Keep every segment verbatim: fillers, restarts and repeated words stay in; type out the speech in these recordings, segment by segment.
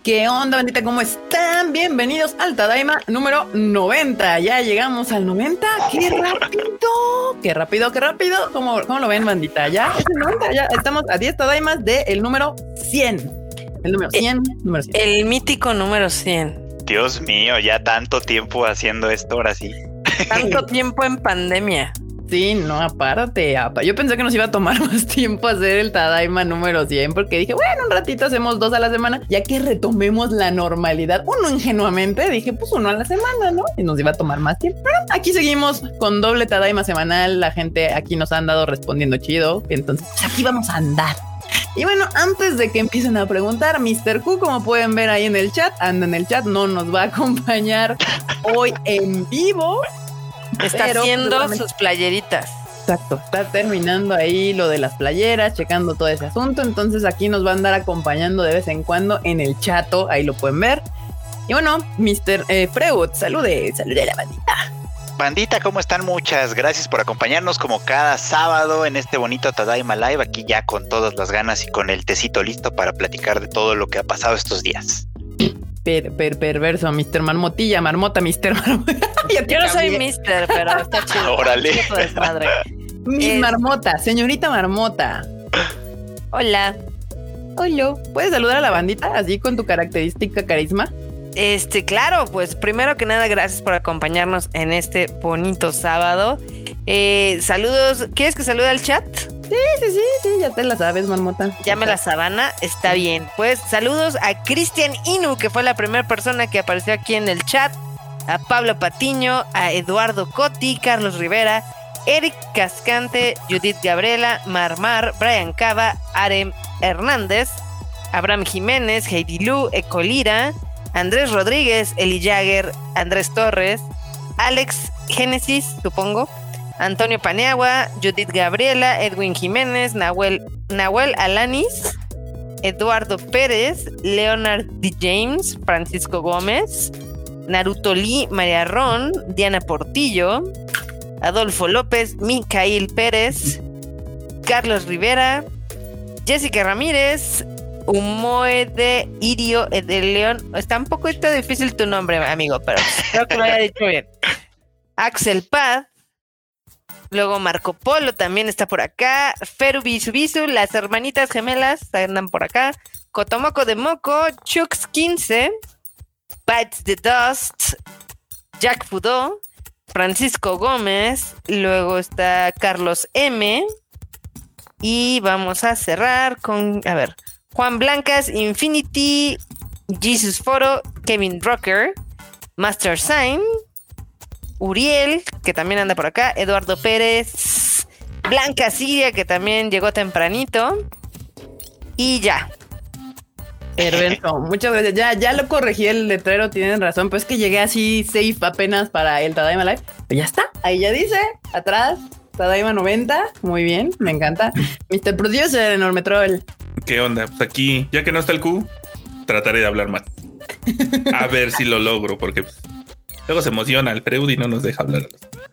¿Qué onda, bandita? ¿Cómo están? Bienvenidos al Tadaima número noventa. Ya llegamos al noventa. ¡Qué rápido! ¡Qué rápido, qué rápido! ¿Cómo, cómo lo ven, bandita? Ya es el noventa, ya estamos a diez Tadaimas del número cien. El número cien, el, número cien. El mítico número cien. Dios mío, ya tanto tiempo haciendo esto, ahora sí. Tanto tiempo en pandemia. Sí, no, aparte, apa. Yo pensé que nos iba a tomar más tiempo hacer el Tadaima número cien, porque dije, bueno, un ratito hacemos dos a la semana, ya que retomemos la normalidad. Uno ingenuamente dije, pues uno a la semana, ¿no? Y nos iba a tomar más tiempo. Pero aquí seguimos con doble Tadaima semanal. La gente aquí nos ha andado respondiendo chido. Entonces, pues aquí vamos a andar. Y bueno, antes de que empiecen a preguntar, mister Q, como pueden ver ahí en el chat, anda en el chat, no nos va a acompañar hoy en vivo. Está pero, haciendo pues, sus playeritas. Exacto, está terminando ahí lo de las playeras, checando todo ese asunto. Entonces aquí nos va a andar acompañando de vez en cuando en el chato, ahí lo pueden ver. Y bueno, mister Eh, Freud, salude, salude a la bandita. Bandita, ¿cómo están? Muchas gracias por acompañarnos como cada sábado en este bonito Tadaima Live, aquí ya con todas las ganas y con el tecito listo para platicar de todo lo que ha pasado estos días. Per, per, perverso, mister Marmotilla, marmota, mister Marmota. Yo no soy mister, pero está chido. Órale. Miss Es... Marmota, señorita Marmota. Hola. Hola. ¿Puedes saludar a la bandita así con tu característica carisma? Este, claro, pues primero que nada, gracias por acompañarnos en este bonito sábado. Eh, saludos. ¿Quieres que salude al chat? Sí, sí, sí, sí, ya te la sabes, Marmota. Llame la sabana, está bien. Pues saludos a Cristian Inu, que fue la primera persona que apareció aquí en el chat, a Pablo Patiño, a Eduardo Cotti, Carlos Rivera, Eric Cascante, Judith Gabriela, Marmar, Brian Cava, Arem Hernández, Abraham Jiménez, Heidi Lu, Ecolira, Andrés Rodríguez, Eli Jagger, Andrés Torres, Alex Génesis, supongo, Antonio Paniagua, Judith Gabriela, Edwin Jiménez, Nahuel, Nahuel Alanis, Eduardo Pérez, Leonard D. James, Francisco Gómez, Naruto Lee, María Ron, Diana Portillo, Adolfo López, Micael Pérez, Carlos Rivera, Jessica Ramírez, Humoe de Irio de León. Está un poco difícil tu nombre, amigo, pero creo que lo haya dicho bien. Axel Paz. Luego Marco Polo también está por acá. Feru Bisu Bisu, las hermanitas gemelas andan por acá. Cotomoco de Moco, Chux quince, Bites the Dust, Jack Fudó, Francisco Gómez. Luego está Carlos M. Y vamos a cerrar con, a ver, Juan Blancas, Infinity, Jesus Foro, Kevin Rocker, Master Sign, Uriel, que también anda por acá, Eduardo Pérez, Blanca Siria, que también llegó tempranito, y ya. Perfecto, muchas gracias. Ya, ya lo corregí el letrero, tienen razón, pues es que llegué así safe apenas para el Tadaima Live. Pero ya está, ahí ya dice, atrás, Tadaima noventa, muy bien, me encanta. mister Producer, Enorme Troll. ¿Qué onda? Pues aquí, ya que no está el Q, trataré de hablar más. A ver si lo logro, porque pues, luego se emociona el Freud y no nos deja hablar.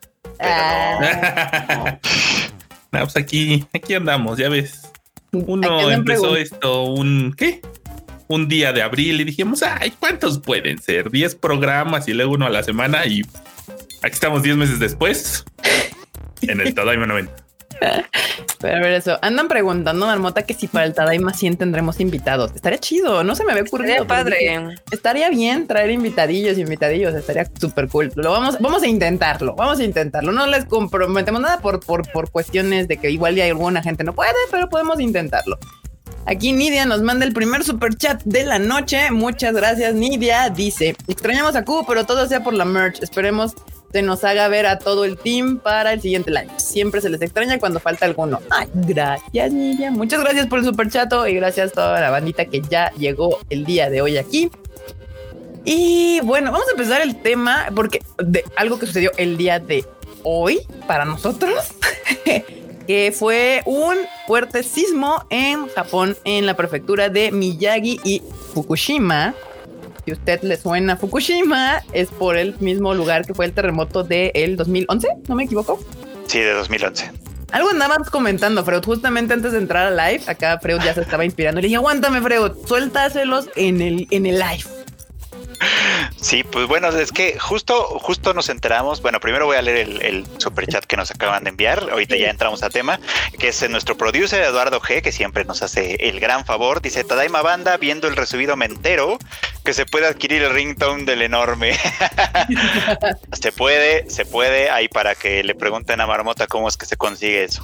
Ah. No, pues aquí, aquí andamos, ya ves. Uno empezó esto un, ¿qué? Un día de abril y dijimos, ay, ¿cuántos pueden ser? diez programas y luego uno a la semana y aquí estamos diez meses después en el Tadaima noventa. Pero a ver eso, andan preguntando, Marmota, que si para el Tadaima cien tendremos invitados. Estaría chido, no se me había ocurrido. Estaría padre. Dije, estaría bien traer invitadillos, invitadillos, estaría súper cool. Lo vamos, vamos a intentarlo, vamos a intentarlo. No les comprometemos nada por, por, por cuestiones de que igual ya alguna gente no puede, pero podemos intentarlo. Aquí Nidia nos manda el primer super chat de la noche. Muchas gracias, Nidia. Dice, extrañamos a Q, pero todo sea por la merch. Esperemos se nos haga ver a todo el team para el siguiente live. Siempre se les extraña cuando falta alguno. Ay, gracias, Nidia. Muchas gracias por el super chato y gracias a toda la bandita que ya llegó el día de hoy aquí. Y bueno, vamos a empezar el tema porque de algo que sucedió el día de hoy para nosotros, que fue un fuerte sismo en Japón, en la prefectura de Miyagi y Fukushima. Si a usted le suena Fukushima, es por el mismo lugar que fue el terremoto del dos mil once, ¿no me equivoco? Sí, de dos mil once. Algo andábamos comentando, Freud, justamente antes de entrar al live. Acá Freud ya se estaba inspirando. Le dije, aguántame, Freud, suéltaselos en el, en el live. Sí, pues bueno, es que justo, justo nos enteramos. Bueno, primero voy a leer el, el superchat que nos acaban de enviar. Ahorita sí. Ya entramos a tema, que es nuestro producer Eduardo G, que siempre nos hace el gran favor. Dice: Tadaima Banda, viendo el resubido me entero que se puede adquirir el ringtone del enorme. Se puede, se puede. Ahí para que le pregunten a Marmota cómo es que se consigue eso.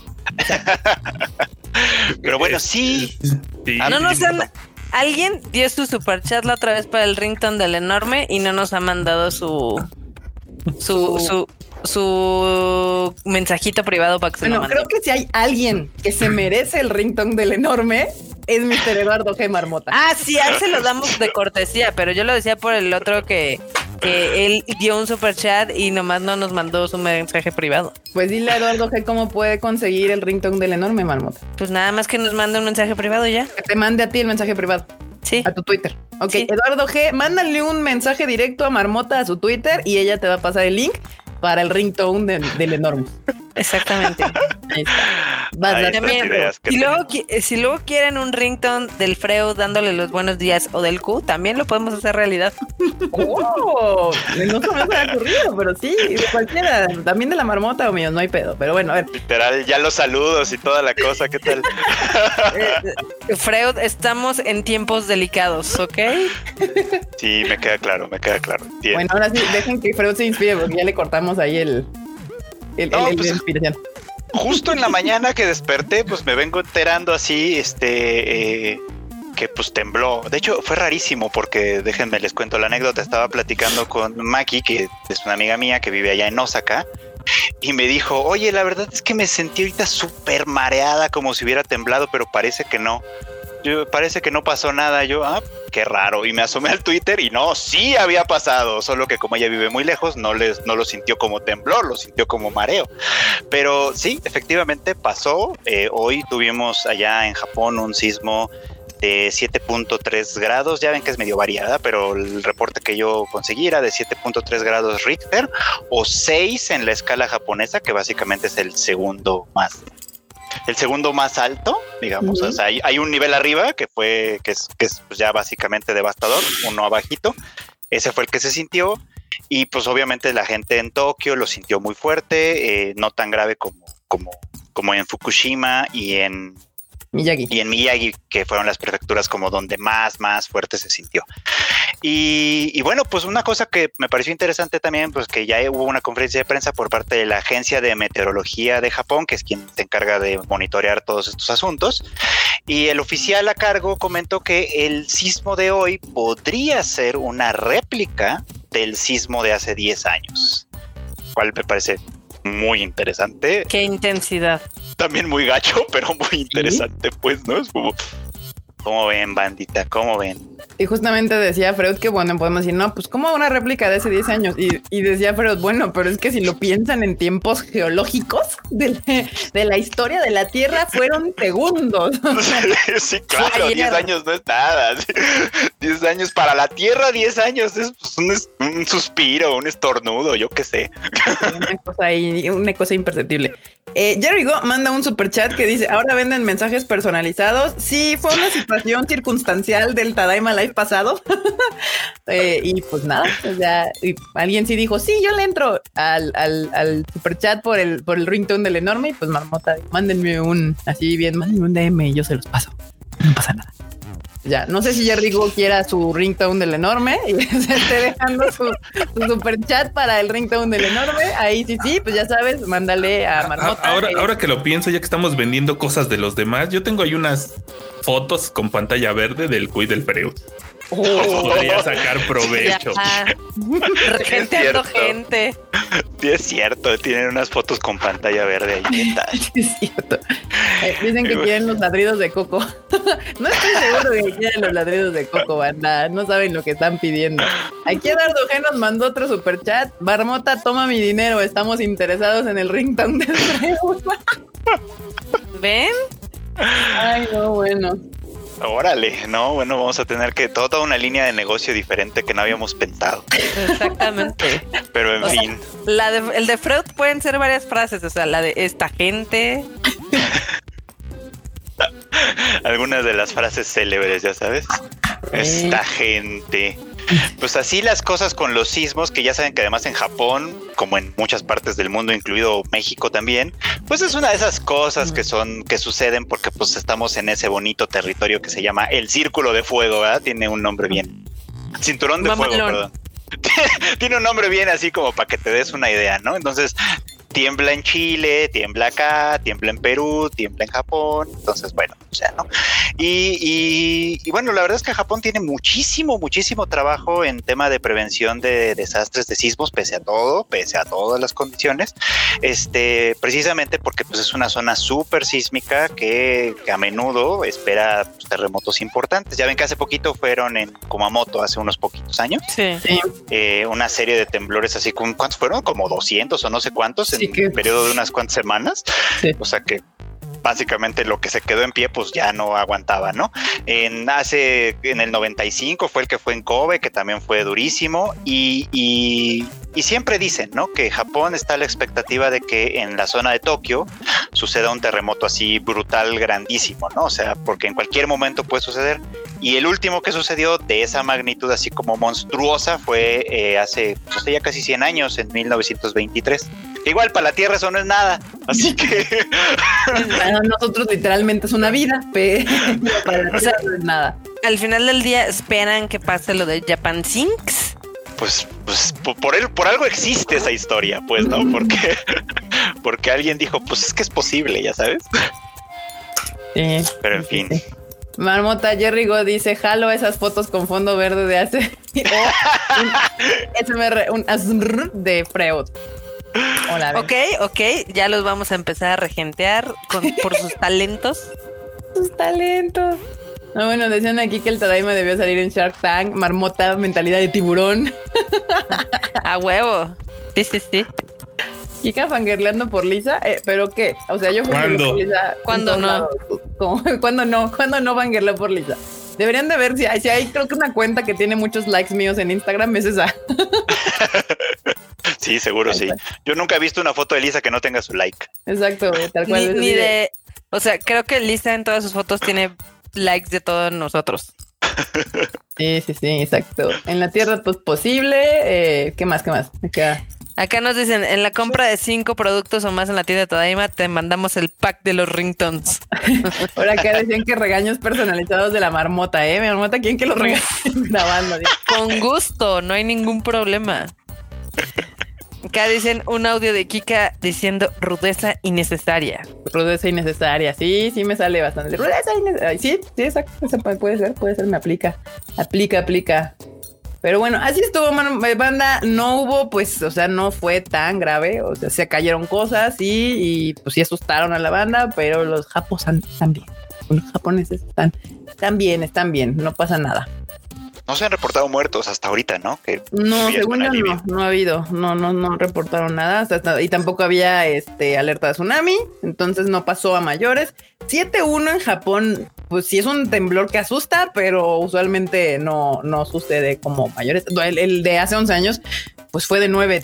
Pero bueno, sí. sí. No nos han... Alguien dio su superchat la otra vez para el ringtone del enorme y no nos ha mandado su su su, su mensajito privado para que se bueno, lo mande. Creo que si hay alguien que se merece el ringtone del enorme es mister Eduardo G. Marmota. Ah, sí, a él se lo damos de cortesía, pero yo lo decía por el otro que, que él dio un superchat y nomás no nos mandó su mensaje privado. Pues dile a Eduardo G. cómo puede conseguir el ringtone del enorme, Marmota. Pues nada más que nos mande un mensaje privado ya. Que te mande a ti el mensaje privado. Sí. A tu Twitter. Ok, sí. Eduardo G., mándale un mensaje directo a Marmota a su Twitter y ella te va a pasar el link para el ringtone de, del enorme. Exactamente. Ahí está. Vas Ahí a está, también, si, luego, si luego quieren un ringtone del Freud dándole los buenos días o del Q, también lo podemos hacer realidad. Oh, no se me había ocurrido, pero sí, cualquiera, también de la Marmota o mío, no hay pedo. Pero bueno, a ver. Literal, ya los saludos y toda la cosa, ¿qué tal? eh, Freud, estamos en tiempos delicados, ¿ok? Sí, me queda claro, me queda claro. Entiendo. Bueno, ahora sí, dejen que Freud se inspire porque ya le cortamos ahí el, el, no, el, el pues, de inspiración. Justo en la mañana que desperté, pues me vengo enterando así, este, eh, que pues tembló. De hecho, fue rarísimo porque, déjenme les cuento la anécdota, estaba platicando con Maki, que es una amiga mía que vive allá en Osaka, y me dijo, oye, la verdad es que me sentí ahorita súper mareada, como si hubiera temblado, pero parece que no. Yo, parece que no pasó nada. Yo, ah, qué raro. Y me asomé al Twitter y no, sí había pasado. Solo que como ella vive muy lejos, no, les, no lo sintió como temblor, lo sintió como mareo. Pero sí, efectivamente pasó. Eh, hoy tuvimos allá en Japón un sismo de siete punto tres grados. Ya ven que es medio variada, pero el reporte que yo conseguí era de siete punto tres grados Richter o seis en la escala japonesa, que básicamente es el segundo más el segundo más alto, digamos. Uh-huh. O sea, hay, hay un nivel arriba que fue, que es, que es pues ya básicamente devastador, uno abajito, ese fue el que se sintió, y pues obviamente la gente en Tokio lo sintió muy fuerte, eh, no tan grave como, como, como en Fukushima y en Miyagi. Y en Miyagi, que fueron las prefecturas como donde más, más fuerte se sintió. Y, y bueno, pues una cosa que me pareció interesante también, pues que ya hubo una conferencia de prensa por parte de la Agencia de Meteorología de Japón, que es quien se encarga de monitorear todos estos asuntos. Y el oficial a cargo comentó que el sismo de hoy podría ser una réplica del sismo de hace diez años, cual me parece muy interesante. Qué intensidad. También muy gacho, pero muy interesante, ¿sí? Pues, ¿no? Es como, ¿cómo ven, bandita? ¿Cómo ven? Y justamente decía Freud que, bueno, podemos decir, no, pues como una réplica de hace diez años. Y, y decía Freud, bueno, pero es que si lo piensan en tiempos geológicos de, de la historia de la Tierra, fueron segundos. Sí, claro, diez años no es nada. diez años para la Tierra, diez años es pues, un, un suspiro, un estornudo, yo qué sé. Una cosa ahí, una cosa imperceptible. Eh, Jerry Go manda un superchat que dice, ahora venden mensajes personalizados. Sí, fue una situación circunstancial del Tadaima Live pasado. eh, y pues nada, pues ya y alguien sí dijo, sí, yo le entro al, al, al superchat por el, por el ringtone del enorme. Y pues Marmota, mándenme un, así bien, mándenme un D M y yo se los paso. No pasa nada. Ya, no sé si Jerry Go quiera su ringtone del enorme y se esté dejando su, su super chat para el ringtone del enorme. Ahí sí, sí, pues ya sabes, mándale a Marmota. Ahora, ahora que lo pienso, ya que estamos vendiendo cosas de los demás, yo tengo ahí unas fotos con pantalla verde del Q I del Freud. Oh. Podría sacar provecho. Regenteando gente. Sí, es cierto, tienen unas fotos con pantalla verde ahí. Sí, es cierto. Eh, dicen que quieren los ladridos de Coco. No estoy seguro de que quieren los ladridos de Coco, banda. No saben lo que están pidiendo. Aquí Eduardo G nos mandó otro superchat. Marmota, toma mi dinero. Estamos interesados en el ringtone del Freud. ¿Ven? Ay, no, bueno. Órale, no, bueno, vamos a tener que toda una línea de negocio diferente que no habíamos pensado. Exactamente. Pero en o fin. Sea, la de, el de Freud pueden ser varias frases, o sea, la de esta gente. Algunas de las frases célebres, ya sabes. Esta gente. Pues así las cosas con los sismos, que ya saben que además en Japón, como en muchas partes del mundo, incluido México también, pues es una de esas cosas que son, que suceden porque pues estamos en ese bonito territorio que se llama el Círculo de Fuego, ¿verdad? Tiene un nombre bien. Cinturón de Mamalón. Fuego, perdón. Tiene un nombre bien así como para que te des una idea, ¿no? Entonces tiembla en Chile, tiembla acá, tiembla en Perú, tiembla en Japón. Entonces, bueno, o sea, ¿no? Y, y, y bueno, la verdad es que Japón tiene muchísimo, muchísimo trabajo en tema de prevención de desastres de sismos, pese a todo, pese a todas las condiciones. Este, precisamente porque pues es una zona súper sísmica que, que a menudo espera pues, terremotos importantes. Ya ven que hace poquito fueron en Kumamoto, hace unos poquitos años. Sí. sí. Eh, una serie de temblores así, con ¿cuántos fueron? Como doscientos o no sé cuántos sí, en que... un periodo de unas cuantas semanas. Sí. O sea que básicamente lo que se quedó en pie pues ya no aguantaba, ¿no? En hace en el noventa y cinco fue el que fue en Kobe, que también fue durísimo, y, y, y siempre dicen, ¿no? Que Japón está a la expectativa de que en la zona de Tokio suceda un terremoto así brutal, grandísimo, ¿no? O sea, porque en cualquier momento puede suceder. Y el último que sucedió de esa magnitud así como monstruosa fue eh, hace pues, ya casi cien años, en mil novecientos veintitrés. Igual para la Tierra eso no es nada, así que... Para nosotros literalmente es una vida, pero para la Tierra no es nada. Al final del día esperan que pase lo de Japan Sinks. Pues, pues por él, por algo existe esa historia, pues, ¿no? Porque, porque alguien dijo, pues es que es posible, ya sabes. Sí. Pero en fin. Sí. Marmota Jerry Go dice, jalo esas fotos con fondo verde de hace... o un S M R, un A S M R de Freud. Hola, ok, ok, ya los vamos a empezar a regentear con, por sus talentos. Sus talentos. No, bueno, decían aquí que el Tadaima debió salir en Shark Tank. Marmota, mentalidad de tiburón. A huevo. Sí, sí, sí. Kika fangirleando por Lisa, eh, ¿pero qué? O sea, yo ¿Cuándo? por Lisa. ¿Cuándo no? ¿Cuándo no? ¿Cuándo no fangirleo por Lisa? Deberían de ver si hay, si hay, creo que una cuenta que tiene muchos likes míos en Instagram es esa. Sí, seguro sí. Yo nunca he visto una foto de Lisa que no tenga su like. Exacto, tal cual. Ni, ni de, o sea, creo que Lisa en todas sus fotos tiene likes de todos nosotros. Sí, sí, sí, exacto. En la Tierra, pues posible. Eh, ¿Qué más? ¿Qué más? Acá. Acá nos dicen, en la compra de cinco productos o más en la tienda de Tadaima, te mandamos el pack de los ringtones. Ahora acá decían que regaños personalizados de la marmota, ¿eh? Mi marmota, ¿quién que los regañe grabando? Con gusto, no hay ningún problema. Acá dicen un audio de Kika diciendo rudeza innecesaria. Rudeza innecesaria, sí, sí me sale bastante. Rudeza innecesaria, sí, sí, exacto, puede ser, puede ser, me aplica. Aplica, aplica. Pero bueno, así estuvo, man, banda. No hubo, pues, o sea, no fue tan grave. O sea, se cayeron cosas y, y pues sí asustaron a la banda, pero los japos están bien. Los japoneses están, están bien, están bien, no pasa nada. No se han reportado muertos hasta ahorita, ¿no? Que no, según yo no, no ha habido, no, no, no reportaron nada, hasta, y tampoco había este alerta de tsunami, entonces no pasó a mayores. siete uno en Japón, pues sí es un temblor que asusta, pero usualmente no, no sucede como mayores. El, el de hace once años, pues fue de nueve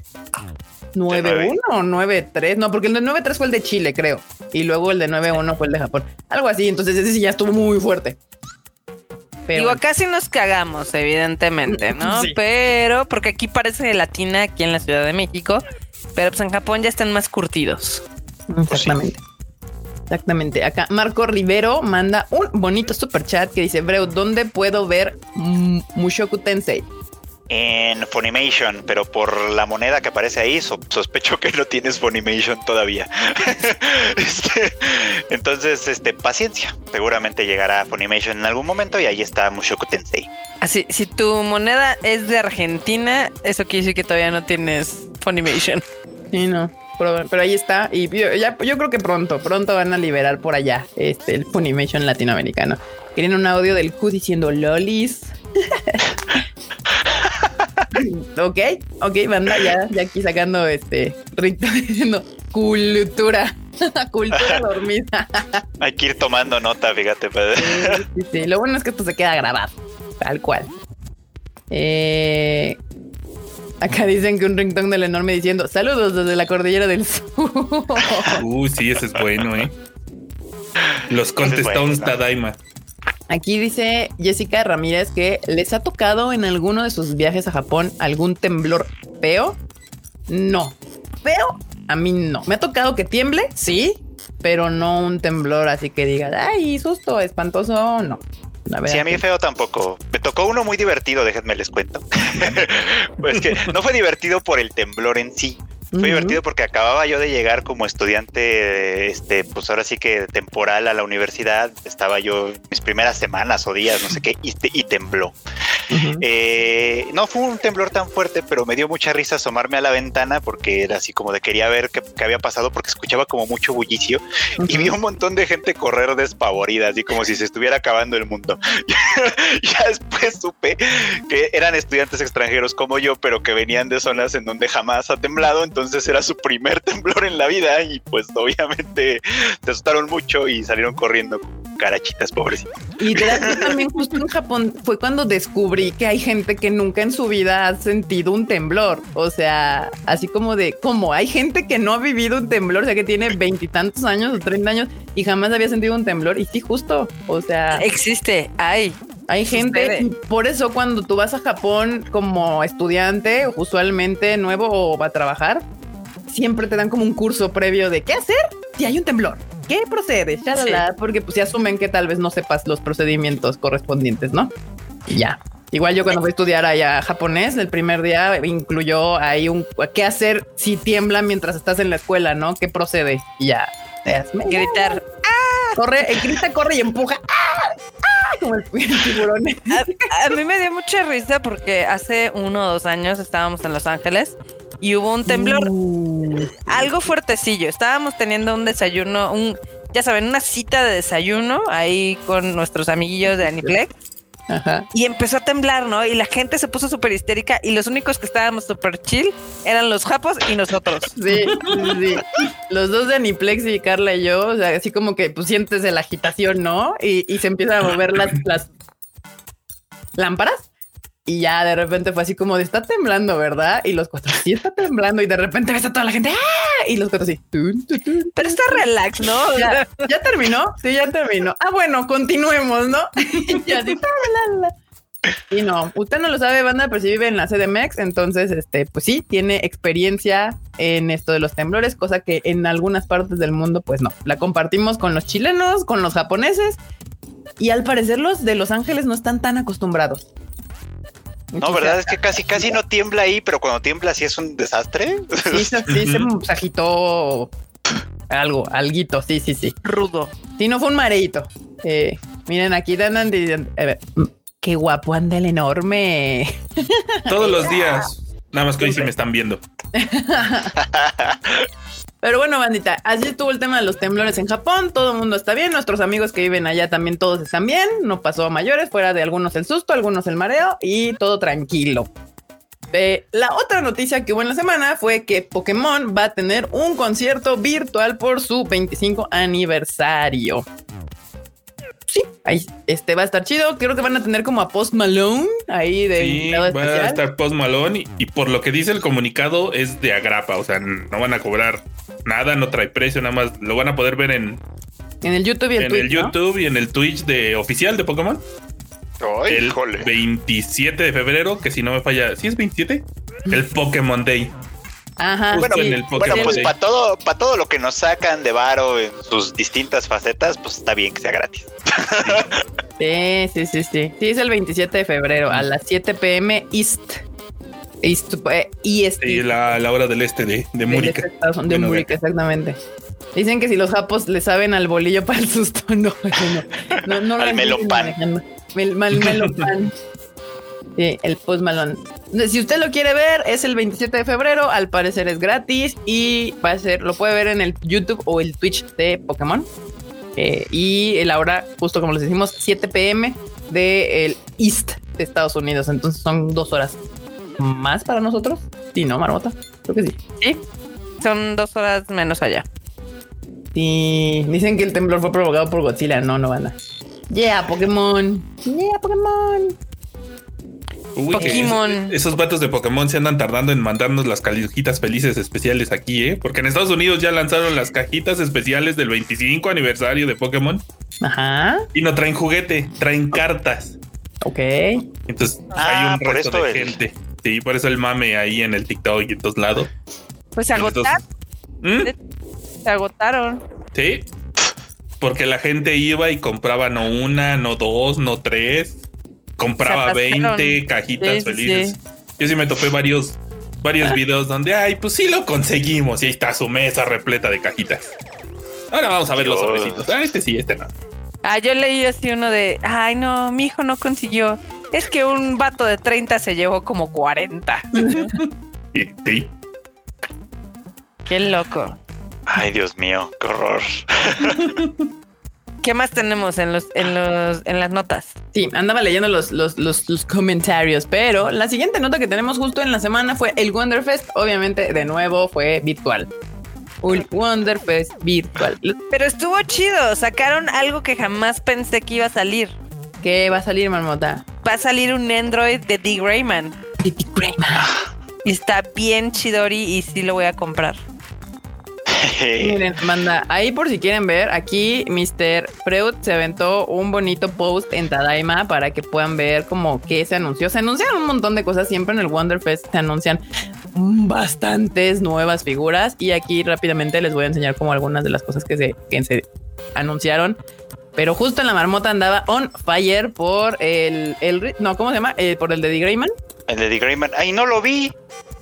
uno o nueve tres, no, porque el de nueve tres fue el de Chile, creo, y luego el de nueve uno fue el de Japón, algo así, entonces ese sí ya estuvo muy fuerte. Pero... Digo, casi nos cagamos, evidentemente, ¿no? Sí. Pero, porque aquí parece gelatina, aquí en la Ciudad de México, pero pues en Japón ya están más curtidos. Exactamente. Exactamente. Acá Marco Rivero manda un bonito super chat que dice, Breu, ¿dónde puedo ver Mushoku Tensei? En Funimation, pero por la moneda que aparece ahí, so, sospecho que no tienes Funimation todavía. este, entonces, este, paciencia. Seguramente llegará a Funimation en algún momento y ahí está Mushoku Tensei. Así, si tu moneda es de Argentina, eso quiere decir que todavía no tienes Funimation. Sí, no. Pero, pero ahí está. Y yo, ya, yo creo que pronto, pronto van a liberar por allá este, el Funimation latinoamericano. Quieren un audio del Q diciendo lolis. Ok, ok, banda, ya, ya aquí sacando este ritmo diciendo cultura. Cultura dormida. Hay que ir tomando nota, fíjate. Sí, sí, sí. Lo bueno es que esto se queda grabado, tal cual. Eh, acá dicen que un ringtone del enorme diciendo saludos desde la cordillera del sur. Uy, sí, ese es bueno, ¿eh? Los Contestowns bueno, Tadaima. Aquí dice Jessica Ramírez que les ha tocado en alguno de sus viajes a Japón algún temblor feo. No, feo a mí no. Me ha tocado que tiemble, sí, pero no un temblor así que digas, ay, susto, espantoso, no. Sí, a mí feo tampoco. Me tocó uno muy divertido, déjenme les cuento. Pues que no fue divertido por el temblor en sí. Fue uh-huh. divertido porque acababa yo de llegar como estudiante, este, pues ahora sí que temporal a la universidad. Estaba yo mis primeras semanas o días, no sé qué, y, y tembló. Uh-huh. Eh, no fue un temblor tan fuerte, pero me dio mucha risa asomarme a la ventana porque era así como de quería ver qué, qué había pasado porque escuchaba como mucho bullicio uh-huh. y vi un montón de gente correr despavorida, así como si se estuviera acabando el mundo. Ya después supe que eran estudiantes extranjeros como yo, pero que venían de zonas en donde jamás ha temblado, entonces Entonces era su primer temblor en la vida y pues obviamente se asustaron mucho y salieron corriendo con carachitas, pobrecitos. Y también justo en Japón fue cuando descubrí que hay gente que nunca en su vida ha sentido un temblor. O sea, así como de, ¿cómo? Hay gente que no ha vivido un temblor, o sea, que tiene veintitantos años o treinta años y jamás había sentido un temblor. Y sí, justo, o sea... Existe, hay... Hay gente, y por eso cuando tú vas a Japón como estudiante, usualmente nuevo o va a trabajar, siempre te dan como un curso previo de qué hacer si hay un temblor, qué procede, Shalala, sí. Porque pues se asumen que tal vez no sepas los procedimientos correspondientes, ¿no? Y ya. Igual yo cuando fui a estudiar allá japonés, el primer día incluyó ahí un qué hacer si tiembla mientras estás en la escuela, ¿no? ¿Qué procede? Y ya. Gritar. ¡Ah! Corre, grita, corre y empuja. ¡Ah! ¡Ah! Como el, el tiburón. A, a mí me dio mucha risa porque hace uno o dos años estábamos en Los Ángeles y hubo un temblor. Uh. Algo fuertecillo. Estábamos teniendo un desayuno, un, ya saben, una cita de desayuno ahí con nuestros amiguillos de Aniplex. Ajá. Y empezó a temblar, ¿no? Y la gente se puso súper histérica y los únicos que estábamos súper chill eran los japos y nosotros. Sí, sí. Los dos de Aniplex y Carla y yo, o sea, así como que pues sientes la agitación, ¿no? Y, y se empiezan a mover las, las lámparas. Y ya de repente fue así como de está temblando, ¿verdad? Y los cuatro sí está temblando y de repente ves a toda la gente ¡ah! Y los cuatro sí. Tun, tun, tun. Pero está relax, ¿no? Ya, ya terminó. Sí, ya terminó. Ah, bueno, continuemos, ¿no? Y así. Y no, usted no lo sabe, banda, pero si vive en la C D M X, entonces, este, pues sí, tiene experiencia en esto de los temblores, cosa que en algunas partes del mundo, pues no. La compartimos con los chilenos, con los japoneses y al parecer los de Los Ángeles no están tan acostumbrados. No, verdad es que casi casi no tiembla ahí, pero cuando tiembla sí es un desastre. Sí, sí, sí se agitó algo, alguito, sí, sí, sí. Rudo. Sí, no fue un mareito. Eh, miren, aquí andan diciendo, a ver, qué guapo anda el enorme. Todos los días. Nada más que hoy sí me están viendo. Pero bueno, bandita, así estuvo el tema de los temblores en Japón. Todo el mundo está bien. Nuestros amigos que viven allá también todos están bien. No pasó a mayores, fuera de algunos el susto, algunos el mareo y todo tranquilo. Eh, la otra noticia que hubo en la semana fue que Pokémon va a tener un concierto virtual por su veinticinco aniversario. Sí, ahí este va a estar chido. Creo que van a tener como a Post Malone ahí de sí, va especial. A estar Post Malone y, y por lo que dice el comunicado es de agrapa, o sea, no van a cobrar nada, no trae precio, nada más lo van a poder ver en en el YouTube y el en Twitch, el YouTube, ¿no? Y en el Twitch de oficial de Pokémon. Ay, el jole. veintisiete de febrero, que si no me falla, ¿sí es veintisiete? El Pokémon Day. Ajá. Bueno, en el bueno, pues para todo, para todo lo que nos sacan de varo en sus distintas facetas, pues está bien que sea gratis. Sí, sí, sí, sí. Sí, es el veintisiete de febrero a las siete p m East. East, eh, E S T. Sí, la, la hora del este de, de Múrica. De, de bueno, Múrica, exactamente. Dicen que si los japos le saben al bolillo para el susto, no, no, no, no al melopan. Mel, mal melopan. Sí, el Post Malone. Si usted lo quiere ver, es el veintisiete de febrero. Al parecer es gratis y va a ser, lo puede ver en el YouTube o el Twitch de Pokémon. Eh, y la hora, justo como les decimos, siete p m de el East de Estados Unidos. Entonces son dos horas más para nosotros. Sí, ¿no, Marmota? Creo que sí. Sí, son dos horas menos allá. Sí, dicen que el temblor fue provocado por Godzilla. No, no van a. Yeah, Pokémon. Yeah, Pokémon. Uy, Pokémon. Esos, esos vatos de Pokémon se andan tardando en mandarnos las cajitas felices especiales aquí, ¿eh? Porque en Estados Unidos ya lanzaron las cajitas especiales del veinticinco aniversario de Pokémon. Ajá. Y no traen juguete, traen cartas. Ok. Entonces Ah, hay un por resto esto de el- gente. Sí, por eso el mame ahí en el TikTok y en todos lados. Pues se agotaron. ¿Mm? Se agotaron. Sí. Porque la gente iba y compraba no una, no dos, no tres. Compraba Se atascaron. veinte cajitas Sí, sí, felices. sí. Yo sí me topé varios, varios videos donde, ay, pues sí lo conseguimos. Y ahí está su mesa repleta de cajitas. Ahora vamos a ver los Dios. sobrecitos. Ah, este sí, este no. Ah, yo leí así uno de, ay no, mi hijo no consiguió. Es que un vato de treinta se llevó como cuarenta. Sí, sí. Qué loco. Ay, Dios mío, qué horror. ¿Qué más tenemos en los, en los, en las notas? Sí, andaba leyendo los, los, los, los comentarios, pero la siguiente nota que tenemos justo en la semana fue el Wonderfest. Obviamente, de nuevo, fue virtual. Un Wonderfest virtual. Pero estuvo chido, sacaron algo que jamás pensé que iba a salir. ¿Qué va a salir, Marmota? Va a salir un Android de D. Grayman. Titi Grayman. Y está bien chidori y sí lo voy a comprar. Miren, manda, ahí por si quieren ver, aquí mister Freud se aventó un bonito post en Tadaima para que puedan ver como que se anunció. Se anuncian un montón de cosas, siempre en el Wonderfest se anuncian bastantes nuevas figuras y aquí rápidamente les voy a enseñar como algunas de las cosas que se, que se anunciaron. Pero justo en la Marmota andaba on fire por el, el no, ¿cómo se llama? Eh, por el de D. Grayman. El de The Greyman. ¡Ay, no lo vi!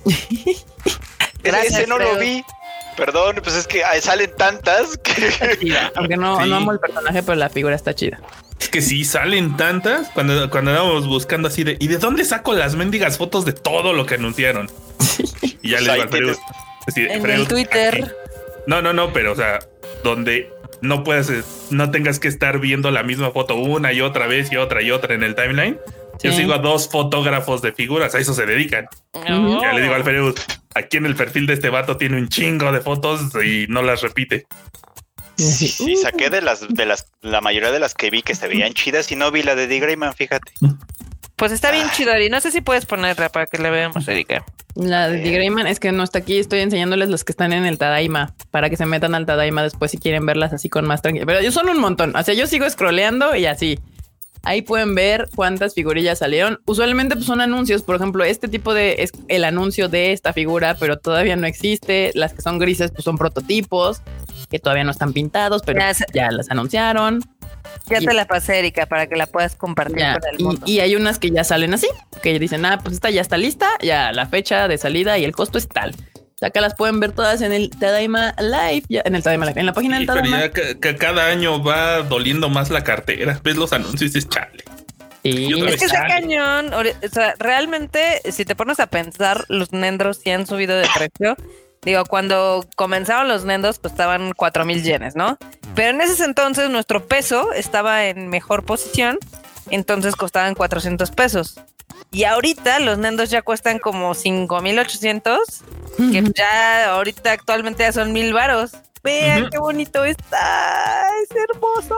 Gracias, Ese no Freud. lo vi. Perdón, pues es que ay, salen tantas que... Chida, aunque no, Sí. no amo el personaje, pero la figura está chida. Es que sí, salen tantas cuando, cuando andábamos buscando así de, ¿y de dónde saco las mendigas fotos de todo lo que anunciaron? Y ya Pues les ahí digo al Freud, tienes- así de, En Freud, el Twitter. aquí. No, no, no, pero o sea, donde no puedas, eh, no tengas que estar viendo la misma foto una y otra vez y otra y otra en el timeline. Yo Sí. sigo a dos fotógrafos de figuras, a eso se dedican. No. Ya le digo al Freud, aquí en el perfil de este vato tiene un chingo de fotos y no las repite. Sí, saqué de las, de las, la mayoría de las que vi que se veían chidas y no vi la de The Greyman, fíjate. Pues está bien chidori. No sé si puedes ponerla para que la veamos, Erika. La de The Grayman es que no está aquí. Estoy enseñándoles las que están en el Tadaima para que se metan al Tadaima después si quieren verlas así con más tranquilidad. Pero ellos son un montón. O sea, yo sigo scrolleando y así. Ahí pueden ver cuántas figurillas salieron. Usualmente pues, son anuncios. Por ejemplo, este tipo de es el anuncio de esta figura, pero todavía no existe. Las que son grises pues son prototipos que todavía no están pintados, pero Ya se- ya las anunciaron. Ya Y- te la pasé, Erika, para que la puedas compartir Ya, con el y, mundo. y hay unas que ya salen así, que dicen, ah, pues esta ya está lista, ya la fecha de salida y el costo es tal. O sea, acá las pueden ver todas en el Tadaima Live, ya, en el Tadaima Live, en la página del Sí, pero Tadaima. ya ca- ca- cada año va doliendo más la cartera. Ves los anuncios y dices, chale. Sí. y otra Es vez que está sale. cañón. ori- O sea, realmente, si te pones a pensar, los Nendros sí han subido de precio. Digo, cuando comenzaron los Nendos costaban cuatro mil yenes, ¿no? Pero en ese entonces nuestro peso estaba en mejor posición, entonces costaban cuatrocientos pesos. Y ahorita los Nendos ya cuestan como cinco mil ochocientos, que ya ahorita actualmente ya son mil varos. Vean Ujú. qué bonito está, es hermoso.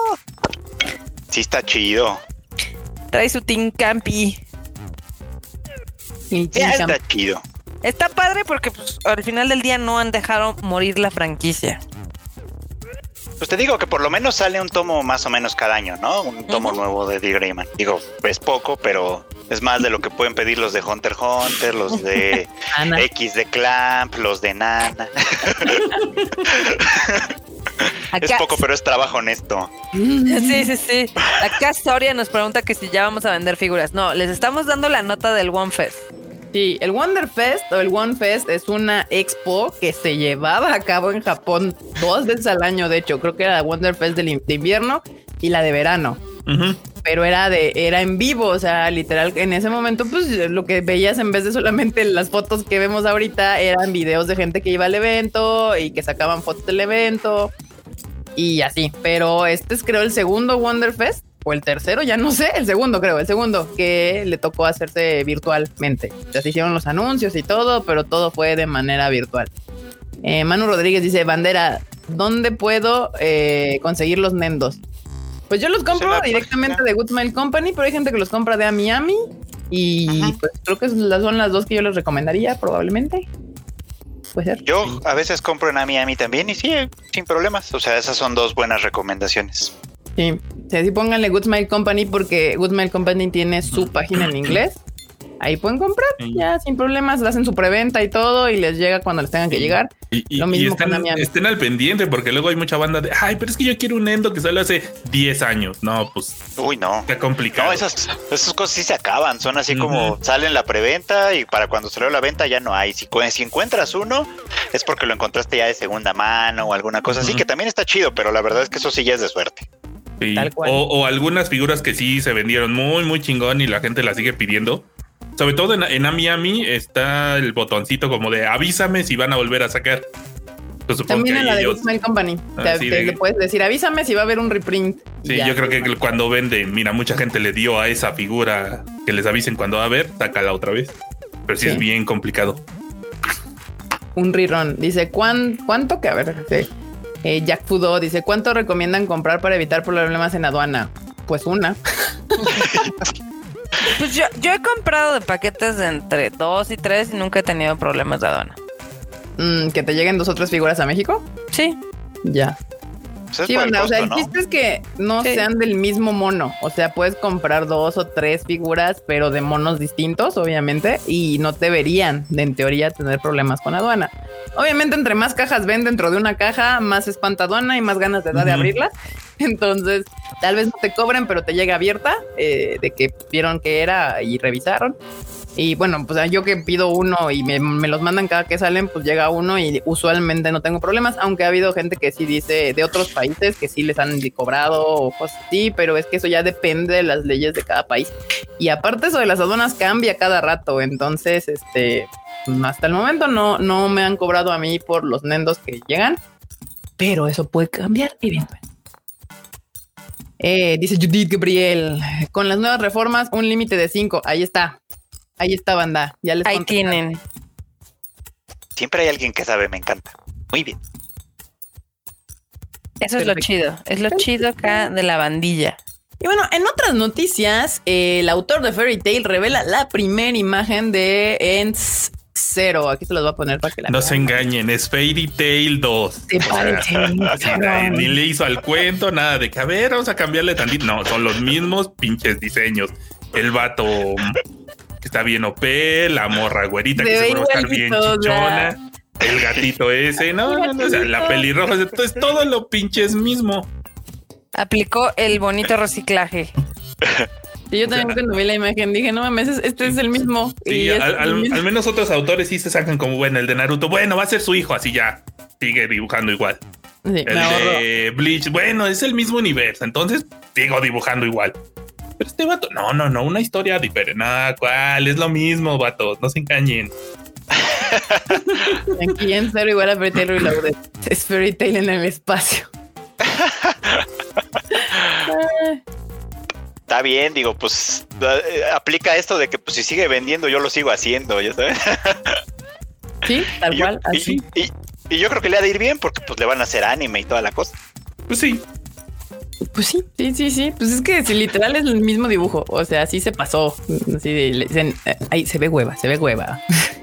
Sí está chido. Trae su Tincampi. Sí, sí, Ya Cam- Está chido. Está padre porque pues, al final del día no han dejado morir la franquicia. Pues te digo que por lo menos sale un tomo más o menos cada año, ¿no? Un tomo Ujú. nuevo de The Greyman. Digo, es poco, pero es más de lo que pueden pedir los de Hunter x Hunter, los de Ana. X de Clamp, los de Nana. Es Acá, poco, pero es trabajo honesto. sí, sí, sí. Acá Soria nos pregunta que si ya vamos a vender figuras. No, les estamos dando la nota del One Fest. Sí, el Wonderfest o el One Fest es una expo que se llevaba a cabo en Japón dos veces al año. De hecho, creo que era la Wonderfest del in- de invierno y la de verano. Ujú. Pero era de, era en vivo, o sea, literal, en ese momento, pues lo que veías en vez de solamente las fotos que vemos ahorita, eran videos de gente que iba al evento y que sacaban fotos del evento y así. Pero este es, creo, el segundo Wonderfest o el tercero, ya no sé, el segundo, creo, el segundo que le tocó hacerse virtualmente. O sea, se hicieron los anuncios y todo, pero todo fue de manera virtual. Eh, Manu Rodríguez dice: Bandera, ¿dónde puedo eh, conseguir los Nendos? Pues yo los compro directamente página de Good Smile Company, pero hay gente que los compra de Ami Ami y Ajá. pues creo que son las dos que yo les recomendaría probablemente. Puede ser. Yo sí. a veces compro en Ami Ami también y sí, sin problemas. O sea, esas son dos buenas recomendaciones. Sí, o sea, sí pónganle Good Smile Company porque Good Smile Company tiene su página en inglés. Ahí pueden comprar, sí. ya sin problemas, hacen su preventa y todo y les llega cuando les tengan que llegar. Y, y, Lo mismo y estén, con Ami. estén al pendiente porque luego hay mucha banda de, ay, pero es que yo quiero un Endo que salió hace diez años. No, pues. Uy, no. Está complicado. No, esas, esas cosas sí se acaban, son así uh-huh. como salen la preventa y para cuando salió la venta ya no hay. Si, si encuentras uno, es porque lo encontraste ya de segunda mano o alguna cosa uh-huh. así, que también está chido, pero la verdad es que eso sí ya es de suerte. Sí. Tal cual. O, o algunas figuras que sí se vendieron muy, muy chingón y la gente las sigue pidiendo. Sobre todo en, en Ami Ami está el botoncito como de avísame si van a volver a sacar. Pues también en la de Good Smile Company. Ah, te, sí, te, de... le puedes decir avísame si va a haber un reprint. Sí, ya, yo creo que cuando venden, mira, mucha gente le dio a esa figura que les avisen cuando va a haber, sácala otra vez. Pero sí, sí. es bien complicado. Un rerun. Dice, ¿cuán, ¿cuánto? Que a ver, sí. eh, Jack Fudo dice, ¿cuánto recomiendan comprar para evitar problemas en aduana? Pues una. Pues yo, yo he comprado de paquetes de entre dos y tres y nunca he tenido problemas de aduana. Mm, ¿Que te lleguen dos o tres figuras a México? Sí. Ya. Pues sí, onda, costo, o sea, el ¿no? chiste es que no sí. sean del mismo mono. O sea, puedes comprar dos o tres figuras, pero de monos distintos, obviamente, y no deberían, de, en teoría, tener problemas con aduana. Obviamente, entre más cajas ven dentro de una caja, más espanta aduana y más ganas te da uh-huh. de abrirlas. Entonces, tal vez no te cobren, pero te llega abierta, eh, de que vieron que era y revisaron. Y bueno, pues yo que pido uno y me, me los mandan cada que salen, pues llega uno y usualmente no tengo problemas, aunque ha habido gente que sí dice de otros países que sí les han cobrado o cosas así, pero es que eso ya depende de las leyes de cada país. Y aparte eso de las aduanas cambia cada rato, entonces este hasta el momento no, no me han cobrado a mí por los Nendos que llegan, pero eso puede cambiar eventualmente. Eh, dice Judith Gabriel, con las nuevas reformas un límite de cinco, ahí está. Ahí está, banda. Ya les Ahí conté. tienen. Siempre hay alguien que sabe, me encanta. Muy bien. Eso es Perfecto. lo chido. Es lo chido acá de la bandilla. Y bueno, en otras noticias, eh, el autor de Fairy Tail revela la primera imagen de Ends Zero. Aquí se los voy a poner para que la No vean. se engañen, es Fairy Tail dos. Se parece. O sea, ni le hizo al cuento, nada de que a ver, vamos a cambiarle tantito. No, son los mismos pinches diseños. El vato que está bien O P, la morra güerita que seguro va a estar bien chichona, el gatito ese, no, no, no, o sea, la pelirroja, es todo lo pinches mismo. Aplicó el bonito reciclaje. Sí, yo también o sea, cuando vi la imagen dije, no mames, este es el mismo. Sí, y al, es al, mismo. al menos otros autores sí se sacan como, bueno, el de Naruto, bueno, va a ser su hijo, así ya, sigue dibujando igual. Sí, el de Bleach, bueno, es el mismo universo, entonces sigo dibujando igual. Pero este vato, no, no, no, una historia diferente. No, ¿cuál? Es lo mismo, vatos, no se engañen. Aquí en Zero igual a Fairy Tail Reloaded. Es Fairy Tail en el espacio. Está bien, digo, pues aplica esto de que pues si sigue vendiendo yo lo sigo haciendo, ¿ya sabes? Sí, tal y cual, yo, así. Y, y, y yo creo que le ha de ir bien porque pues le van a hacer anime y toda la cosa. Pues sí. Pues sí, sí, sí, sí. Pues es que si literal es el mismo dibujo. O sea, así se pasó. Así de, le dicen, ahí se ve hueva, se ve hueva.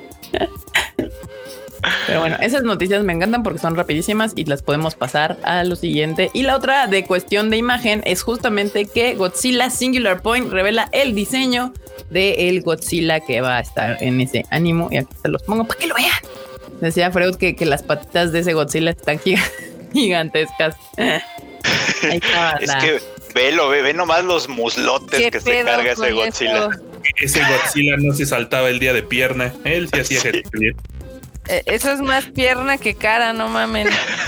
Pero bueno, esas noticias me encantan porque son rapidísimas y las podemos pasar a lo siguiente. Y la otra de cuestión de imagen es justamente que Godzilla Singular Point revela el diseño de el Godzilla que va a estar en ese ánimo. Y aquí se los pongo para que lo vean. Decía Freud que, que las patitas de ese Godzilla están gigantescas. Ahí está, es que velo, ve, ve nomás los muslotes que se carga ese Godzilla. Eso? Ese Godzilla no se saltaba el día de pierna. Él sí hacía ejercicio bien. Eh, eso es más pierna que cara, no mamen.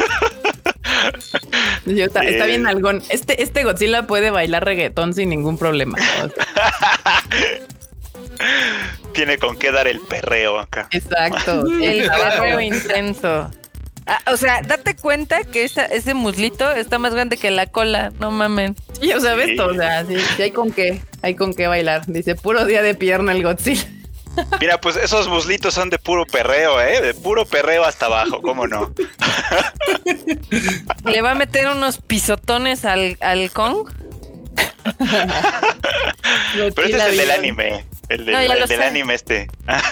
Está, está bien algón. Este, este Godzilla puede bailar reggaetón sin ningún problema. O sea. Tiene con qué dar el perreo acá. Exacto. El perreo intenso. Ah, o sea, date cuenta que esa, ese muslito está más grande que la cola, no mamen. Sí, o sea, ves todo, o sea, sí, sí hay con qué, hay con qué bailar. Dice, puro día de pierna el Godzilla. Mira, pues esos muslitos son de puro perreo, ¿eh? De puro perreo hasta abajo, ¿cómo no? ¿Le va a meter unos pisotones al, al Kong? Pero este es el del anime. El, del, no, el del anime este.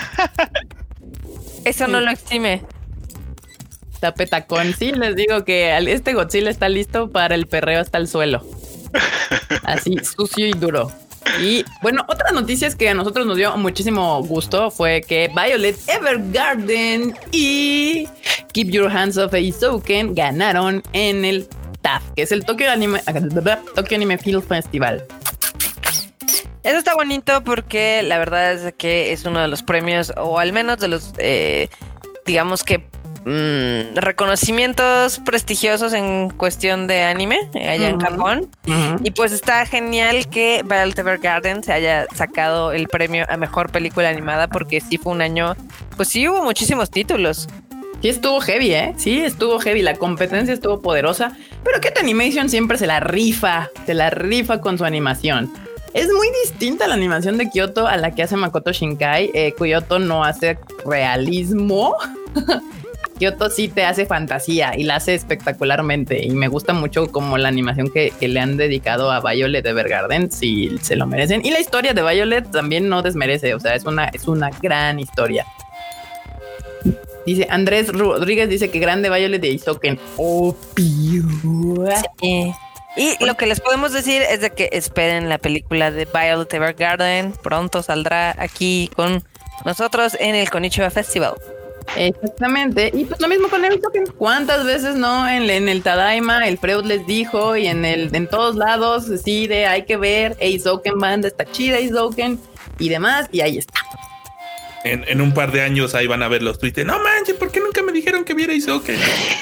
Eso no lo exime. Tapetacón. Sí, les digo que este Godzilla está listo para el perreo hasta el suelo. Así, sucio y duro. Y bueno, otra noticia es que a nosotros nos dio muchísimo gusto fue que Violet Evergarden y Keep Your Hands Off Eizouken ganaron en el T A F, que es el Tokyo Anime, Tokyo Anime Film Festival. Eso está bonito porque la verdad es que es uno de los premios, o al menos de los, eh, digamos que Mm, reconocimientos prestigiosos en cuestión de anime allá uh-huh. en Japón. Uh-huh. Y pues está genial que Violet Evergarden se haya sacado el premio a mejor película animada, porque sí fue un año, pues sí hubo muchísimos títulos. Sí estuvo heavy, ¿eh? Sí estuvo heavy, la competencia estuvo poderosa, pero Kyoto Animation siempre se la rifa, se la rifa con su animación. Es muy distinta la animación de Kyoto a la que hace Makoto Shinkai. eh, Kyoto no hace realismo. Kyoto sí te hace fantasía y la hace espectacularmente, y me gusta mucho como la animación que, que le han dedicado a Violet Evergarden, si se lo merecen, y la historia de Violet también no desmerece, o sea, es una, es una gran historia. Dice Andrés Rodríguez, dice que grande Violet de Eizouken. Obvio. Sí. Y lo que les podemos decir es de que esperen la película de Violet Evergarden, pronto saldrá aquí con nosotros en el Konichiwa Festival. Exactamente, y pues lo mismo con Eizouken. ¿Cuántas veces no en, en el Tadaima el Freud les dijo, y en el en todos lados sí de hay que ver Eizouken banda, está chida Eizouken y demás, y ahí está. En, en un par de años ahí van a ver los tweets. No manches, ¿por qué nunca me dijeron que viera Eizouken?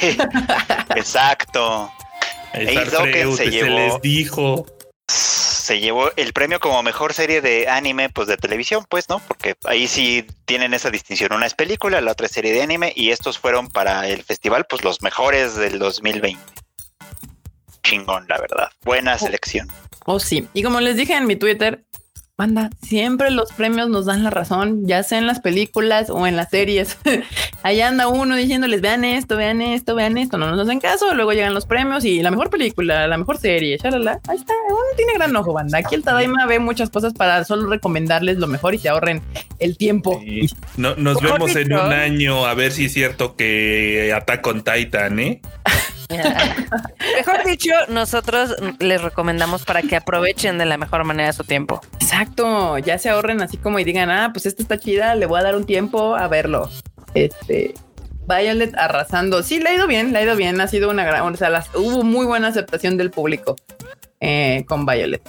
Exacto. Eizouken se, llevó, se les dijo. Se llevó el premio como mejor serie de anime, pues de televisión, pues, ¿no? Porque ahí sí tienen esa distinción. Una es película, la otra es serie de anime, y estos fueron para el festival, pues los mejores del dos mil veinte. Chingón, la verdad. Buena selección. Oh, oh sí. Y como les dije en mi Twitter, banda, siempre los premios nos dan la razón, ya sea en las películas o en las series. Allá anda uno diciéndoles, vean esto, vean esto, vean esto, no nos hacen caso, luego llegan los premios y la mejor película, la mejor serie, shalala. Ahí está, uno tiene gran ojo, banda. Aquí el Tadaima ve muchas cosas para solo recomendarles lo mejor y se ahorren el tiempo. Sí. No, nos vemos en un año a ver si es cierto que Attack on Titan, ¿eh? Mejor dicho, nosotros les recomendamos para que aprovechen de la mejor manera su tiempo. Exacto, ya se ahorren así como y digan, ah, pues esta está chida, le voy a dar un tiempo a verlo. Este, Violet arrasando. Sí, le ha ido bien, le ha ido bien, ha sido una gran, o sea, las, hubo muy buena aceptación del público eh, con Violet.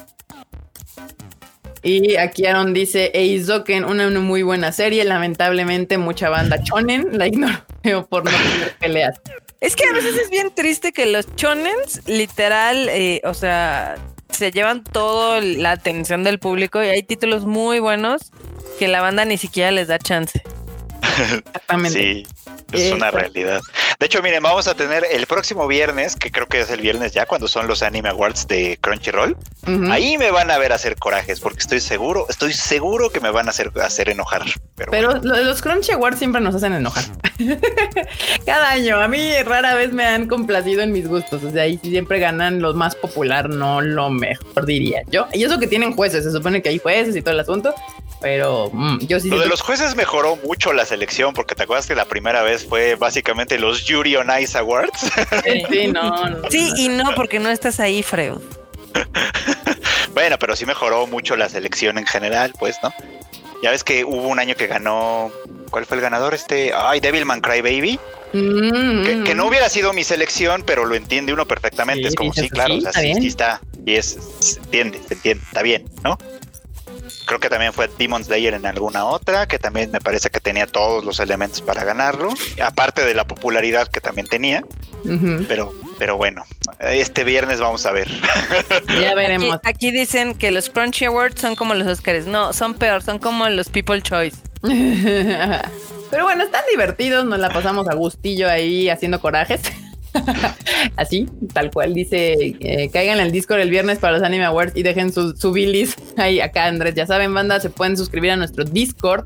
Y aquí Aaron dice, Eizouken, una, una muy buena serie, lamentablemente mucha banda shonen la ignoró por no tener peleas. Es que a veces es bien triste que los shonens, literal, eh, o sea, se llevan toda la atención del público, y hay títulos muy buenos que la banda ni siquiera les da chance. Exactamente. Sí, es Exacto. una realidad. De hecho, miren, vamos a tener el próximo viernes, que creo que es el viernes ya, cuando son los Anime Awards de Crunchyroll. Uh-huh. Ahí me van a ver hacer corajes, porque estoy seguro, estoy seguro que me van a hacer, hacer enojar. Pero, pero bueno. Los Crunchy Awards siempre nos hacen enojar. Cada año. A mí rara vez me han complacido en mis gustos. O sea, ahí siempre ganan los más popular, no lo mejor, diría yo. Y eso que tienen jueces, se supone que hay jueces y todo el asunto. Pero mmm, yo sí. Lo de los jueces mejoró mucho la selección, porque te acuerdas que la primera vez fue básicamente los Yuri on Ice Awards. Sí, sí, no, no. Sí y no, porque no estás ahí, Freud. Bueno, pero sí mejoró mucho la selección en general, pues, ¿no? Ya ves que hubo un año que ganó. ¿Cuál fue el ganador? Este. Ay, Devilman Crybaby. Mm-hmm. Que, que no hubiera sido mi selección, pero lo entiende uno perfectamente. Sí, es como, sí, claro, sí, o sea, sí, sí está. Y es, se entiende, se entiende, está bien, ¿no? Creo que también fue Demon Slayer en alguna otra, que también me parece que tenía todos los elementos para ganarlo, aparte de la popularidad que también tenía. Uh-huh. Pero, pero bueno, este viernes vamos a ver. Ya veremos. Aquí, aquí dicen que los Crunchy Awards son como los Oscars. No, son peor, son como los People Choice. Pero bueno, están divertidos, nos la pasamos a gustillo ahí haciendo corajes. Así, tal cual dice, eh, caigan al Discord el viernes para los Anime Awards y dejen su, su bilis ahí acá, Andrés. Ya saben, banda, se pueden suscribir a nuestro Discord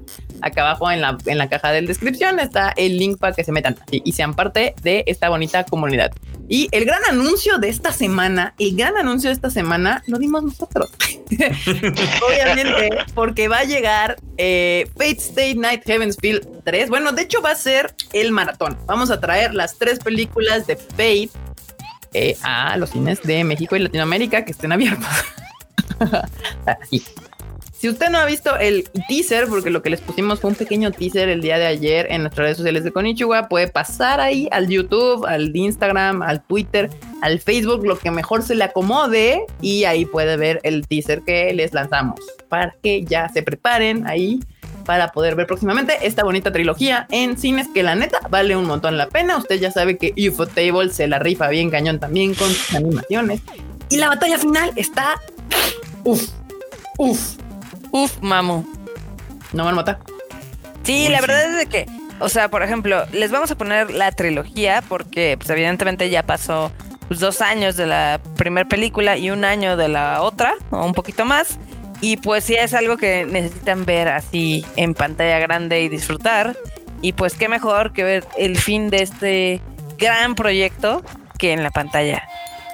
acá abajo en la, en la caja de descripción está el link para que se metan y, y sean parte de esta bonita comunidad. Y el gran anuncio de esta semana, el gran anuncio de esta semana lo dimos nosotros. Obviamente, porque va a llegar eh, Fate Stay Night Heaven's Feel tres. Bueno, de hecho va a ser el maratón. Vamos a traer las tres películas de Fate eh, a los cines de México y Latinoamérica que estén abiertos. Así. Si usted no ha visto el teaser, porque lo que les pusimos fue un pequeño teaser el día de ayer en nuestras redes sociales de Konichiwa, puede pasar ahí al YouTube, al Instagram, al Twitter, al Facebook, lo que mejor se le acomode, y ahí puede ver el teaser que les lanzamos para que ya se preparen ahí para poder ver próximamente esta bonita trilogía en cines que la neta vale un montón la pena. Usted ya sabe que Ufotable se la rifa bien cañón también con sus animaciones, y la batalla final está uf, uf. Uf, mamu. No, Marmota. Sí, Uy, la sí. verdad es de que, o sea, por ejemplo, les vamos a poner la trilogía porque, pues, evidentemente ya pasó pues, dos años de la primera película y un año de la otra, o un poquito más. Y pues sí es algo que necesitan ver así en pantalla grande y disfrutar. Y pues qué mejor que ver el fin de este gran proyecto que en la pantalla.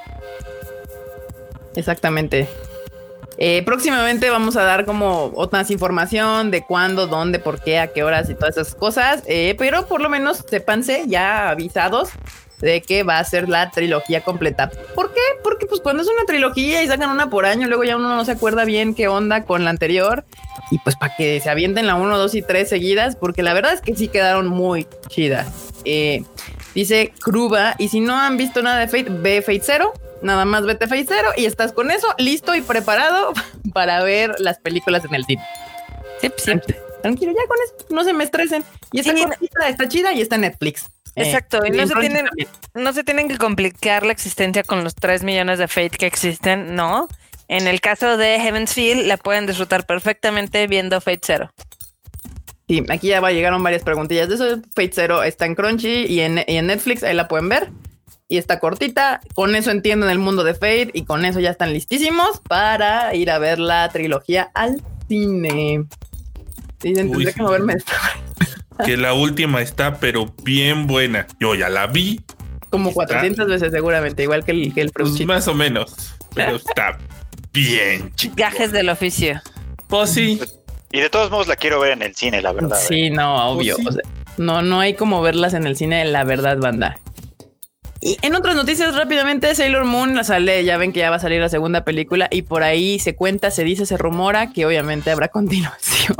Exactamente. Eh, próximamente vamos a dar como más información de cuándo, dónde, por qué, a qué horas y todas esas cosas. Eh, pero por lo menos sépanse ya avisados de que va a ser la trilogía completa. ¿Por qué? Porque pues cuando es una trilogía y sacan una por año, luego ya uno no se acuerda bien qué onda con la anterior. Y pues para que se avienten la uno, dos y tres seguidas, porque la verdad es que sí quedaron muy chidas. Eh, dice Kruba, y si no han visto nada de Fate, ve Fate Zero. Nada más vete Fate Zero y estás con eso listo y preparado para ver las películas en el cine. Sí, sí. Tranquilo, tranquilo, ya con eso, no se me estresen. Y esta Sí, cortita está chida y está en Netflix. Exacto, Eh, y no se, Crunchy tienen, también. no se tienen que complicar la existencia con los tres millones de Fate que existen, no. En el caso de Heaven's Feel, la pueden disfrutar perfectamente viendo Fate Zero. Sí, aquí ya va, llegaron varias preguntillas de eso. Fate Zero está en Crunchy y en, y en Netflix, ahí la pueden ver. Y está cortita, con eso entienden el mundo de Fate y con eso ya están listísimos para ir a ver la trilogía al cine. Dicen, Uy, tendré que sí. moverme esto. Que la última está, pero bien buena. Yo ya la vi. Como Está- cuatrocientas veces seguramente, igual que el, que el Pues Fruchito. más o menos. Pero está bien, chicos. Gajes del oficio. Pues sí. Y de todos modos la quiero ver en el cine, la verdad. ¿eh? Sí, no, obvio. Pues sí. O sea, no, no hay como verlas en el cine, la verdad, banda. Y en otras noticias, rápidamente, Sailor Moon la sale, ya ven que ya va a salir la segunda película y por ahí se cuenta, se dice, se rumora que obviamente habrá continuación.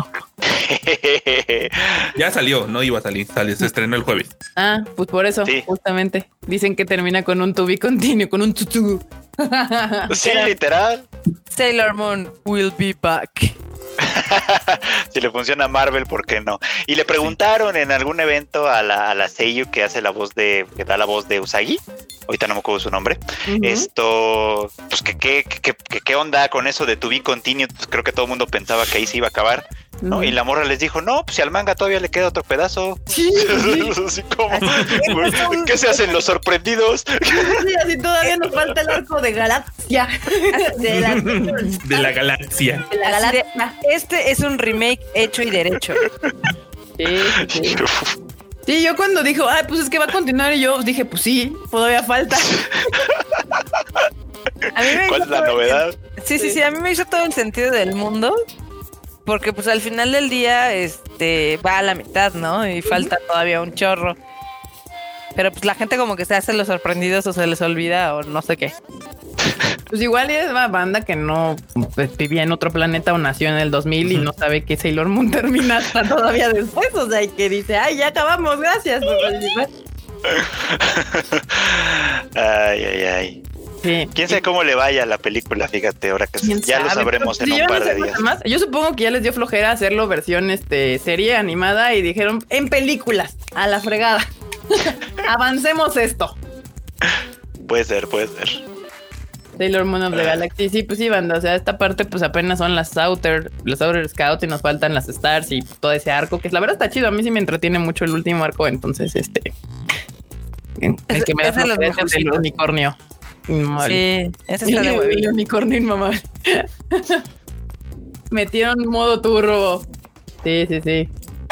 Ya salió, no iba a salir. Salió, se estrenó el jueves. Ah, pues por eso, Sí. justamente. Dicen que termina con un to be continuo, con un tutu. Sí, literal. Sailor Moon will be back. Si le funciona a Marvel, ¿por qué no? Y le preguntaron en algún evento a la, a la Seiyu que hace la voz de, que da la voz de Usagi, ahorita no me acuerdo su nombre, Ujú. esto, pues que qué que, que, qué onda con eso de To Be Continued, pues creo que todo el mundo pensaba que ahí se iba a acabar, ¿no? Ujú. Y la morra les dijo, no, pues si al manga todavía le queda otro pedazo. Sí, sí. Así como, ¿qué se hacen los sorprendidos? Sí, así todavía nos falta el arco de Galaxia. De la- De la galaxia. De la Así de- Galaxia. Este es un remake hecho y derecho. Sí, sí. Sí, yo cuando dijo, ay, pues es que va a continuar, y yo dije, pues sí, todavía falta. A mí me ¿Cuál hizo es la todo el novedad? sen- Sí, sí, sí, a mí me hizo todo el sentido del mundo. Porque pues al final del día, este, va a la mitad, ¿no? Y falta todavía un chorro. Pero pues la gente como que se hace los sorprendidos o se les olvida o no sé qué. Pues igual es una banda que no pues, vivía en otro planeta o nació en el dos mil y no sabe que Sailor Moon termina hasta todavía después. O sea, y que dice, ay, ya acabamos, gracias por participar. Ay, ay, ay. Sí. Quién sabe cómo le vaya a la película, fíjate, ahora que ¿Quién ya lo sabe? sabremos Pero en si un yo par no de sé días. nada más. Yo supongo que ya les dio flojera hacerlo versión este serie animada y dijeron en películas, a la fregada. Avancemos esto. Puede ser, puede ser. Sailor Moon of the Galaxy, sí, pues sí, banda. O sea, esta parte, pues apenas son las Outer, los Outer Scouts y nos faltan las Stars y todo ese arco, que la verdad está chido. A mí sí me entretiene mucho el último arco, entonces este. El que me da Es de los flojera es el mejorcitos. unicornio. Inmamable. Sí, ese está de El, el huevito. unicornio inmamable. Metieron modo turbo. Sí, sí, sí.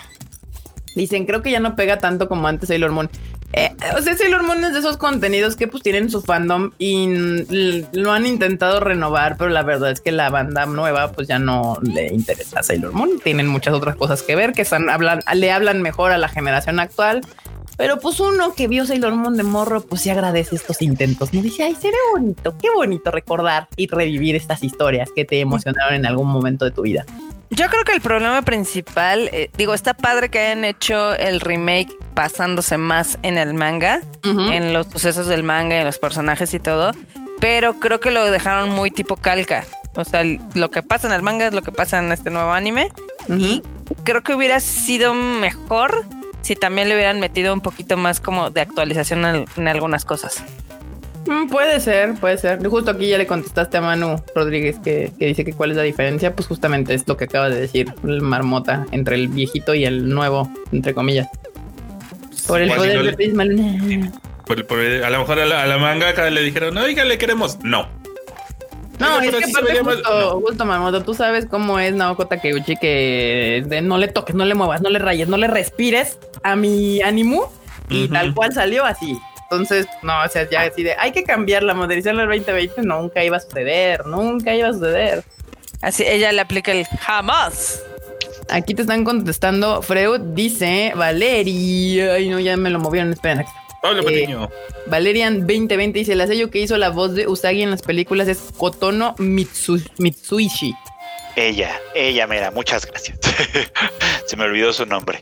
Dicen, creo que ya no pega tanto como antes Sailor Moon. Eh, o sea, Sailor Moon es de esos contenidos que pues tienen su fandom y lo han intentado renovar, pero la verdad es que la banda nueva pues ya no le interesa a Sailor Moon. Tienen muchas otras cosas que ver que están, hablan, le hablan mejor a la generación actual. Pero pues uno que vio Sailor Moon de morro, pues sí agradece estos intentos. Me dice, ay, se ve bonito, qué bonito recordar y revivir estas historias que te emocionaron en algún momento de tu vida. Yo creo que el problema principal, eh, digo, está padre que hayan hecho el remake basándose más en el manga, uh-huh. en los sucesos del manga, en los personajes y todo, pero creo que lo dejaron muy tipo calca. O sea, lo que pasa en el manga es lo que pasa en este nuevo anime. Uh-huh. Y creo que hubiera sido mejor si también le hubieran metido un poquito más como de actualización en, en algunas cosas. Mm, puede ser, puede ser. Justo aquí ya le contestaste a Manu Rodríguez que, que dice que cuál es la diferencia. Pues justamente es lo que acaba de decir el Marmota entre el viejito y el nuevo, entre comillas. Por el poder de Prisma Luna. Por, por, a lo mejor a la, a la mangaka le dijeron, oiga, le queremos. No. No, es que sí aparte justo, no. justo Marmota, tú sabes cómo es Naoko Takeuchi, que de no le toques, no le muevas, no le rayes, no le respires a mi Animu y uh-huh. tal cual salió así. Entonces, no, o sea, ya así de, hay que cambiarla, modernizarla al veinte veinte, nunca iba a suceder, nunca iba a suceder. Así, ella le aplica el jamás. Aquí te están contestando, Freud dice, Valeria, ay no, ya me lo movieron, esperen aquí. Pablo Patiño. Eh, Valerian veinte veinte dice, el sello que hizo la voz de Usagi en las películas es Kotono Mitsu, Mitsuishi. Ella, ella, mira, muchas gracias. Se me olvidó su nombre.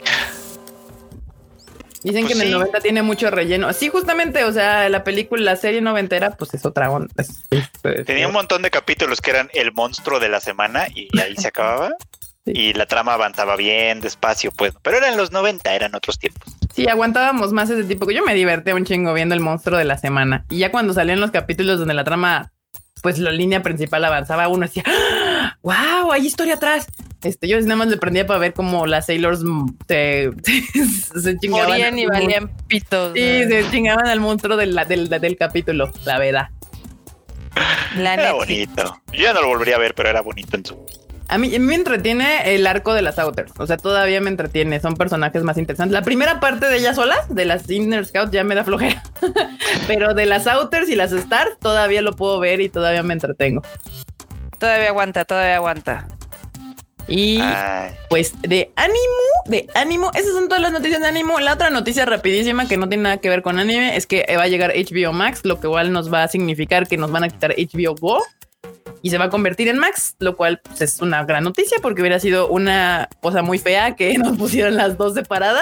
Dicen pues que en sí. el noventa tiene mucho relleno. Sí, justamente, o sea, la película, la serie noventera, pues es otra onda. Es, es, es, Tenía un montón de capítulos que eran el monstruo de la semana y ahí se acababa. Sí. Y la trama avanzaba bien, despacio, pues. Pero eran los noventa, eran otros tiempos. Sí, aguantábamos más ese tipo. Yo me divertí un chingo viendo el monstruo de la semana. Y ya cuando salían los capítulos donde la trama, pues la línea principal avanzaba, uno decía, ¡ah! ¡Wow! Hay historia atrás. Este, yo nada más le prendía para ver cómo las Sailors se, se, se chingaban. Morían y valían pitos. Sí, ¿no? Se chingaban al monstruo del, del, del capítulo, la verdad. La era Netflix. bonito. Yo ya no lo volvería a ver, pero era bonito en su... A mí, a mí me entretiene el arco de las Outers. O sea, todavía me entretiene. Son personajes más interesantes. La primera parte de ellas solas, de las Inner Scouts, ya me da flojera. Pero de las Outers y las Stars, todavía lo puedo ver y todavía me entretengo. Todavía aguanta, todavía aguanta. Y Ay. pues de ánimo, de ánimo. Esas son todas las noticias de ánimo. La otra noticia rapidísima que no tiene nada que ver con anime es que va a llegar H B O Max, lo que igual nos va a significar que nos van a quitar H B O Go y se va a convertir en Max, lo cual pues, es una gran noticia porque hubiera sido una cosa muy fea que nos pusieran las dos separadas.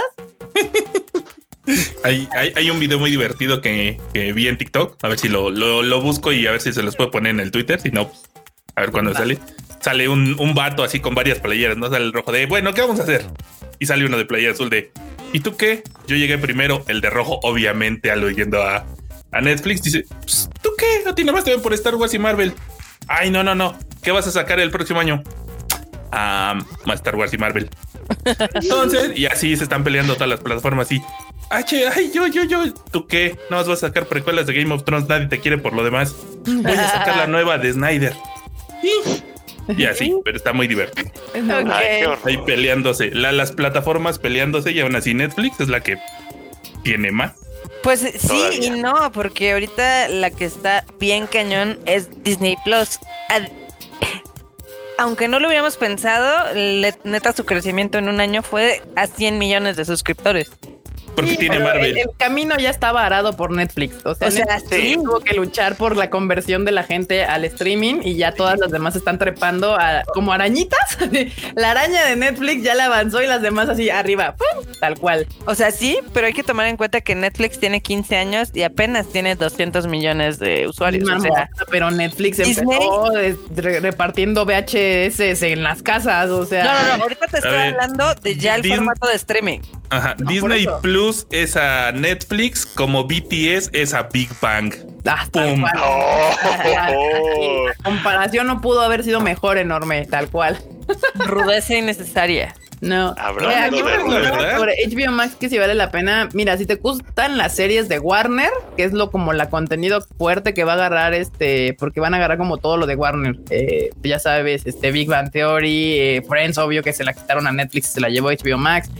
hay, hay, hay un video muy divertido que, que vi en TikTok. A ver si lo, lo, lo busco y a ver si se los puedo poner en el Twitter. Si no, pues, a ver cuándo sale. Sale un, un vato así con varias playeras, ¿no? Sale el rojo de, bueno, ¿qué vamos a hacer? Y sale uno de playera azul de, ¿y tú qué? Yo llegué primero, el de rojo, obviamente, aludiendo a, a Netflix. Dice, ¿tú qué? A ti nomás te ven por Star Wars y Marvel. Ay, no, no, no. ¿Qué vas a sacar el próximo año? Ah, um, Star Wars y Marvel. Entonces, y así se están peleando todas las plataformas y, ay, ay, yo, yo, yo, ¿tú qué? No vas a sacar precuelas de Game of Thrones, nadie te quiere por lo demás. Voy a sacar la nueva de Snyder. Y así, pero está muy divertido. Okay. Ay, ahí peleándose, la, las plataformas peleándose y aún así Netflix es la que tiene más. Pues sí Todavía. Y no, porque ahorita la que está bien cañón es Disney Plus. Ad- Aunque no lo hubiéramos pensado, le- neta su crecimiento en un año fue a cien millones de suscriptores. Porque Sí, tiene pero Marvel. El, el camino ya estaba arado por Netflix. O sea, O sea, Netflix sí. tuvo que luchar por la conversión de la gente al streaming y ya todas las demás están trepando a, como arañitas. La araña de Netflix ya la avanzó y las demás así arriba, ¡pum! Tal cual. O sea, sí, pero hay que tomar en cuenta que Netflix tiene quince años y apenas tiene doscientos millones de usuarios. O sea, Pero Netflix Disney. empezó de- re- repartiendo V H S en las casas. O sea, no, no, no, ahorita te estoy ver, hablando de ya el Disney- formato de streaming. Ajá. No, Disney por eso. Plus es a Netflix como B T S es a Big Bang. Ah, tal Pum. cual. Oh. La comparación no pudo haber sido mejor, enorme, tal cual. Rudeza innecesaria. No. Hablando Eh, aquí de me verdad. preguntaron sobre H B O Max que si vale la pena. Mira, si te gustan las series de Warner, que es lo como la contenido fuerte que va a agarrar este, porque van a agarrar como todo lo de Warner. Eh, ya sabes, este Big Bang Theory, eh, Friends, obvio que se la quitaron a Netflix, se la llevó H B O Max.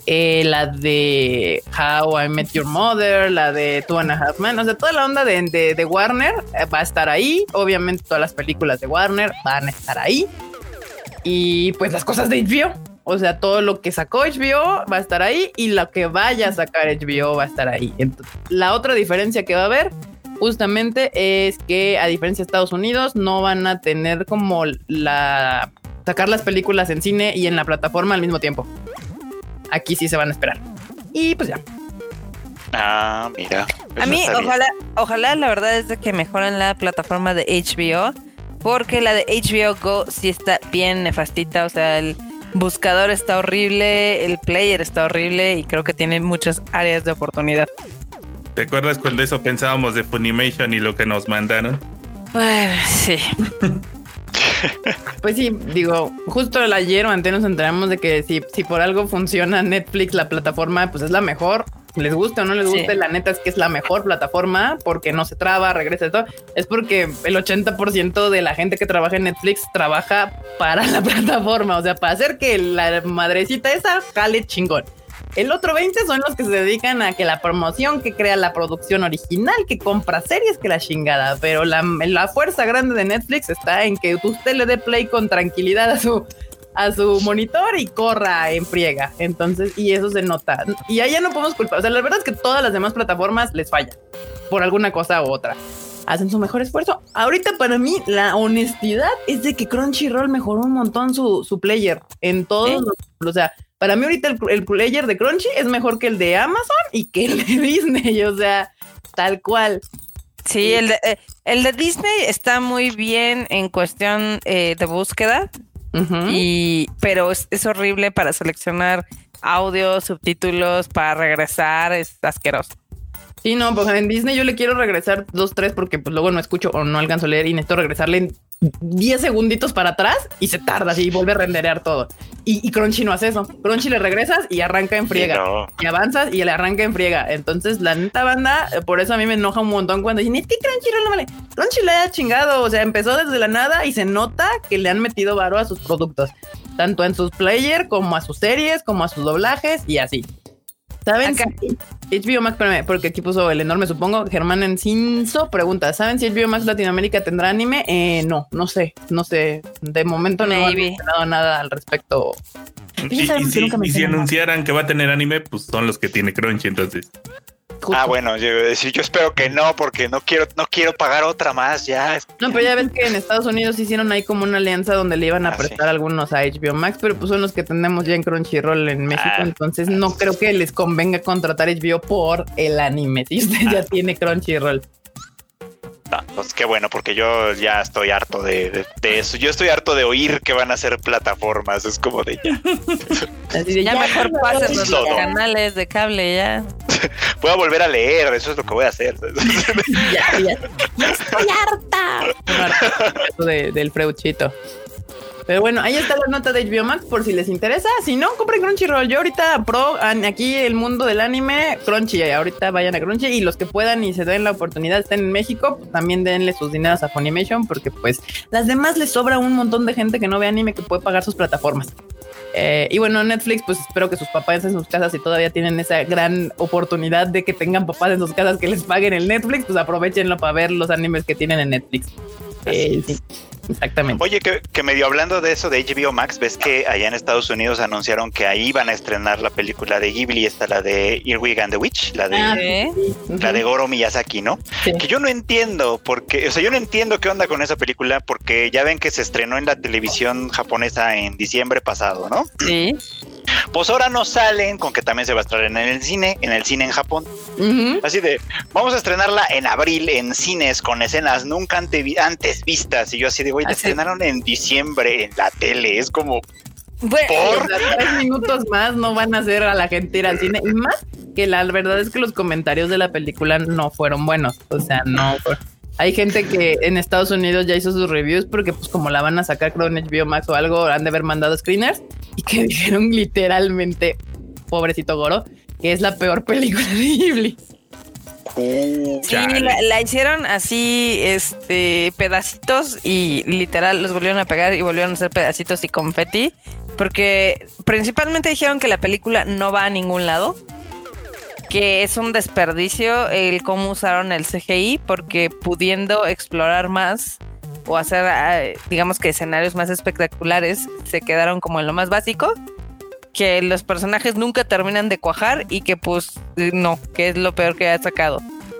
eh, la de How I Met Your Mother, la de Two and a Half Men, o sea, toda la onda de, de, de Warner eh, va a estar ahí. Obviamente todas las películas de Warner van a estar ahí. Y pues las cosas de H B O, o sea, todo lo que sacó H B O va a estar ahí y lo que vaya a sacar H B O va a estar ahí. Entonces, la otra diferencia que va a haber justamente es que a diferencia de Estados Unidos no van a tener como la sacar las películas en cine y en la plataforma al mismo tiempo. Aquí sí se van a esperar. Y pues ya. Ah, mira. A mí, ojalá, ojalá la verdad es de que mejoren la plataforma de H B O, porque la de H B O Go sí está bien nefastita, o sea, el buscador está horrible, el player está horrible y creo que tiene muchas áreas de oportunidad. ¿Te acuerdas cuando eso pensábamos de Funimation y lo que nos mandaron? Bueno, sí. Pues sí, digo, justo el ayer o antes nos enteramos de que si, si por algo funciona Netflix, la plataforma, pues es la mejor. Les guste o no les guste, sí. La neta es que es la mejor plataforma porque no se traba, regresa y todo. Es porque el ochenta por ciento de la gente que trabaja en Netflix trabaja para la plataforma, o sea, para hacer que la madrecita esa jale chingón. El otro veinte son los que se dedican a que la promoción, que crea la producción original, que compra series, que la chingada. Pero la, la fuerza grande de Netflix está en que usted le dé play con tranquilidad a su, a su monitor y corra en friega. Entonces, y eso se nota. Y allá no podemos culpar. O sea, la verdad es que todas las demás plataformas les fallan por alguna cosa u otra. Hacen su mejor esfuerzo. Ahorita para mí la honestidad es de que Crunchyroll mejoró un montón su, su player en todos ¿Eh? los... O sea... Para mí ahorita el, el player de Crunchy es mejor que el de Amazon y que el de Disney, o sea, tal cual. Sí, el de, eh, el de Disney está muy bien en cuestión eh, de búsqueda, uh-huh. y pero es, es horrible para seleccionar audio, subtítulos, para regresar, es asqueroso. Sí, no, pues en Disney yo le quiero regresar dos, tres porque pues luego no escucho o no alcanzo a leer y necesito regresarle en diez segunditos para atrás y se tarda así y vuelve a renderear todo. Y, y Crunchy no hace eso. Crunchy le regresas y arranca en friega. No. Y avanzas y le arranca en friega. Entonces, la neta banda, por eso a mí me enoja un montón cuando dicen, es que Crunchy no vale. Crunchy le ha chingado. O sea, empezó desde la nada y se nota que le han metido varo a sus productos. Tanto en sus players como a sus series, como a sus doblajes y así. ¿Saben? Acá. H B O Max, espérame, porque aquí puso el enorme, supongo. Germán Encinzo pregunta, ¿saben si H B O Max Latinoamérica tendrá anime? Eh, no, no sé, no sé. De momento no he mencionado nada al respecto. Y, y, si, y si anunciaran que va a tener anime, pues son los que tiene Crunchy, entonces. Justo. Ah, bueno, yo, yo espero que no, porque no quiero, no quiero pagar otra más ya. No, pero ya ves que en Estados Unidos hicieron ahí como una alianza donde le iban a ah, prestar sí. algunos a H B O Max, pero pues son los que tenemos ya en Crunchyroll en México, ah, entonces no ah, creo que les convenga contratar H B O por el anime, si usted ah. ya tiene Crunchyroll. No, pues qué bueno, porque yo ya estoy harto de, de, de eso. Yo estoy harto de oír que van a ser plataformas. Es como de ya. Así de, ya, ya mejor pasen los todo. canales de cable, ya. Voy a volver a leer, eso es lo que voy a hacer. ya, ya. ya estoy harta. De, del freuchito. Pero bueno, ahí está la nota de H B O Max por si les interesa. Si no, compren Crunchyroll. Yo ahorita pro aquí el mundo del anime, Crunchy. Ahorita vayan a Crunchy y los que puedan y se den la oportunidad estén en México, pues también denle sus dineros a Funimation porque pues las demás les sobra un montón de gente que no ve anime que puede pagar sus plataformas. Eh, y bueno, Netflix, pues espero que sus papás en sus casas, y todavía tienen esa gran oportunidad de que tengan papás en sus casas que les paguen el Netflix, pues aprovechenlo para ver los animes que tienen en Netflix. Eh, sí, exactamente. Oye, que, que medio hablando de eso de H B O Max, ves que allá en Estados Unidos anunciaron que ahí van a estrenar la película de Ghibli, esta la de Earwig and the Witch, la de ah, ¿sí? la de Goro Miyazaki, ¿no? Sí. Que yo no entiendo porque, o sea, yo no entiendo qué onda con esa película porque ya ven que se estrenó en la televisión japonesa en diciembre pasado, ¿no? Sí. Pues ahora nos salen con que también se va a estrenar en el cine, en el cine en Japón. Uh-huh. Así de, vamos a estrenarla en abril en cines con escenas nunca ante, antes vistas. Y yo así de, güey, la estrenaron en diciembre en la tele. Es como, bueno, por tres minutos más no van a hacer a la gente ir al cine. Y más que la verdad es que los comentarios de la película no fueron buenos. O sea, no hay gente que en Estados Unidos ya hizo sus reviews porque pues como la van a sacar creo en H B O Max o algo, han de haber mandado screeners y que dijeron literalmente, pobrecito Goro, que es la peor película de Ghibli. Sí, la, la hicieron así, este, pedacitos y literal los volvieron a pegar y volvieron a hacer pedacitos y confeti porque principalmente dijeron que la película no va a ningún lado, que es un desperdicio el cómo usaron el C G I, porque pudiendo explorar más o hacer, digamos que escenarios más espectaculares, se quedaron como en lo más básico, que los personajes nunca terminan de cuajar y que pues no, que es lo peor que ha sacado.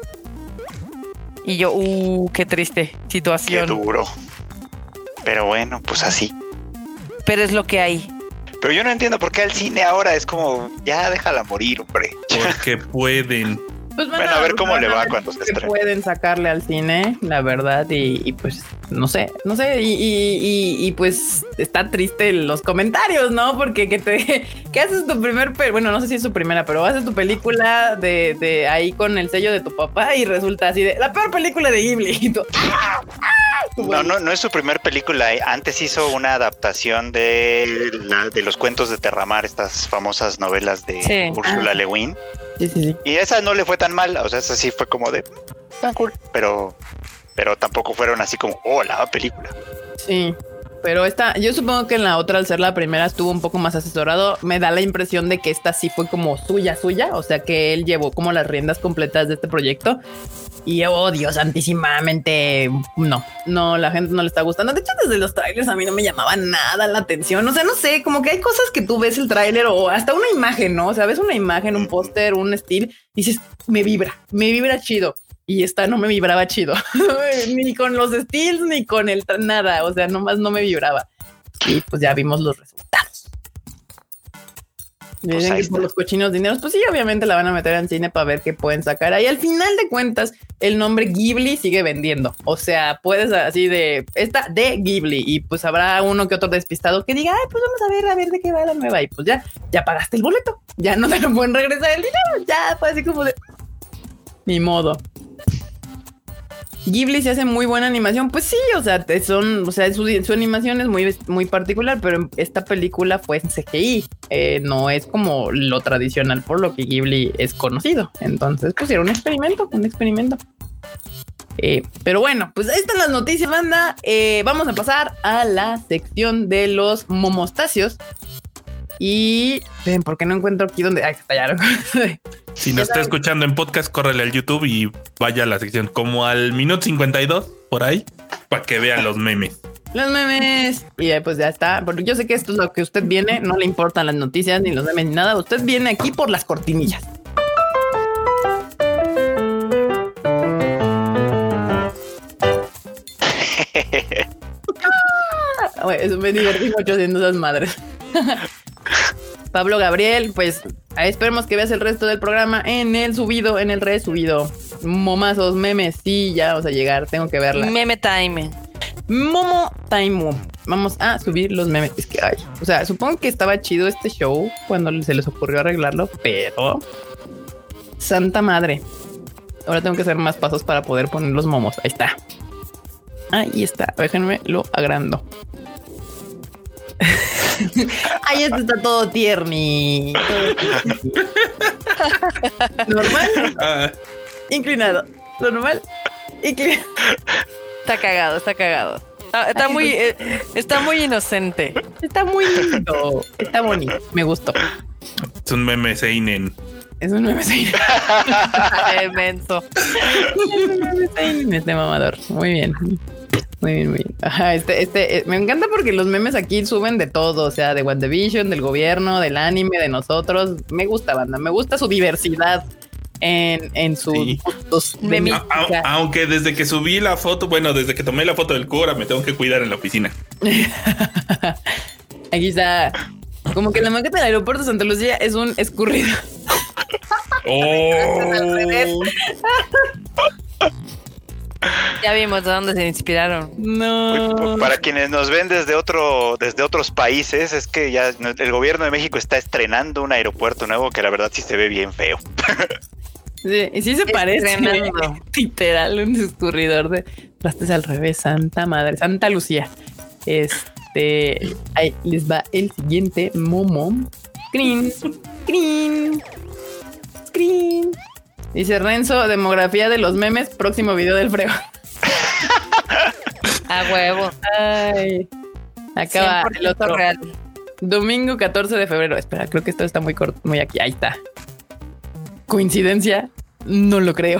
Y yo, uh, qué triste situación. Qué duro. Pero bueno, pues así. Pero es lo que hay. Pero yo no entiendo por qué el cine ahora es como, ya déjala morir, hombre. Porque pueden. Pues bueno, a ver cómo le va cuando se estrene. Pueden sacarle al cine, la verdad, y, y pues no sé, no sé, y, y, y, y pues está triste los comentarios, ¿no? Porque que te, que haces tu primer, bueno, no sé si es su primera, pero haces tu película de, de ahí con el sello de tu papá y resulta así de la peor película de Ghibli. Y tú, ¡ah! No, no, no es su primer película. Antes hizo una adaptación de, la, de los cuentos de Terramar, estas famosas novelas de sí. Ursula ah. Le Guin. Sí, sí, sí. Y esa no le fue tan mal, o sea, esa sí fue como de tan cool, pero, pero tampoco fueron así como, oh, la película. Sí, pero esta, yo supongo que en la otra, al ser la primera, estuvo un poco más asesorado. Me da la impresión de que esta sí fue como suya, suya, o sea, que él llevó como las riendas completas de este proyecto. Y oh, Dios santísimamente, no, no, la gente no le está gustando. De hecho, desde los trailers a mí no me llamaba nada la atención. O sea, no sé, como que hay cosas que tú ves el tráiler o hasta una imagen, ¿no? O sea, ves una imagen, un póster, un estilo, y dices, me vibra, me vibra chido. Y esta no me vibraba chido, ni con los estilos, ni con el nada. O sea, nomás no me vibraba. Y pues ya vimos los resultados. Pues dicen que por los cochinos dineros, pues sí, obviamente la van a meter en cine para ver qué pueden sacar. Ahí al final de cuentas, el nombre Ghibli sigue vendiendo. O sea, puedes así de esta de Ghibli y pues habrá uno que otro despistado que diga, ay, pues vamos a ver, a ver de qué va la nueva. Y pues ya, ya pagaste el boleto. Ya no te lo pueden regresar el dinero. Ya fue así como de ni modo. Ghibli se hace muy buena animación, pues sí, o sea, son, o sea, su, su animación es muy, muy particular, pero esta película fue en C G I, eh, no es como lo tradicional por lo que Ghibli es conocido. Entonces, pues era un experimento, un experimento. Eh, pero bueno, pues ahí están las noticias, banda. Eh, vamos a pasar a la sección de los momostacios. Y ven, ¿por qué no encuentro aquí donde? Ay, se tallaron. Si nos está escuchando en podcast, córrele al YouTube y vaya a la sección como al minuto cincuenta y dos por ahí para que vean los memes. Los memes. Y ahí pues ya está. Porque yo sé que esto es lo que usted viene. No le importan las noticias ni los memes ni nada. Usted viene aquí por las cortinillas. ah, eso me divertí mucho haciendo esas madres. Pablo Gabriel, pues esperemos que veas el resto del programa en el subido, en el resubido. Momazos, memes, sí, ya vamos a llegar, tengo que verla. Meme time. Momo time. Vamos a subir los memes. Es que hay, o sea, supongo que estaba chido este show cuando se les ocurrió arreglarlo, pero santa madre. Ahora tengo que hacer más pasos para poder poner los momos. Ahí está. Ahí está. Déjenme lo agrando. Ahí esto está todo tierni. Normal. Inclinado. Normal. Inclinado. Está cagado, está cagado. Está, está muy, eh, está muy inocente. Está muy lindo. Está bonito. Me gustó. Es un meme seinen. Es un meme seinen. Menso. Es un meme seinen este mamador. Muy bien. Muy bien, muy bien. Ajá, este, este, eh, me encanta porque los memes aquí suben de todo, o sea, de WandaVision, del gobierno, del anime, de nosotros. Me gusta, banda, me gusta su diversidad en, en sus sí. gustos. A, a, aunque desde que subí la foto, bueno, desde que tomé la foto del Cora, me tengo que cuidar en la oficina. Aquí está. Como que la maqueta del aeropuerto de Santa Lucía es un escurrido. Oh. Ya vimos de dónde se inspiraron. No. Para quienes nos ven desde otro, desde otros países, es que ya el gobierno de México está estrenando un aeropuerto nuevo que la verdad sí se ve bien feo. Sí, y sí se parece. Literal, un escurridor de trastes al revés. Santa madre, Santa Lucía. Este, ahí les va el siguiente momo. Screen, screen, screen. Dice Renzo, demografía de los memes, próximo video del frego. A huevo. Ay. Acaba el otro real. Domingo catorce de febrero. Espera, creo que esto está muy corto, muy aquí. Ahí está. ¿Coincidencia? No lo creo.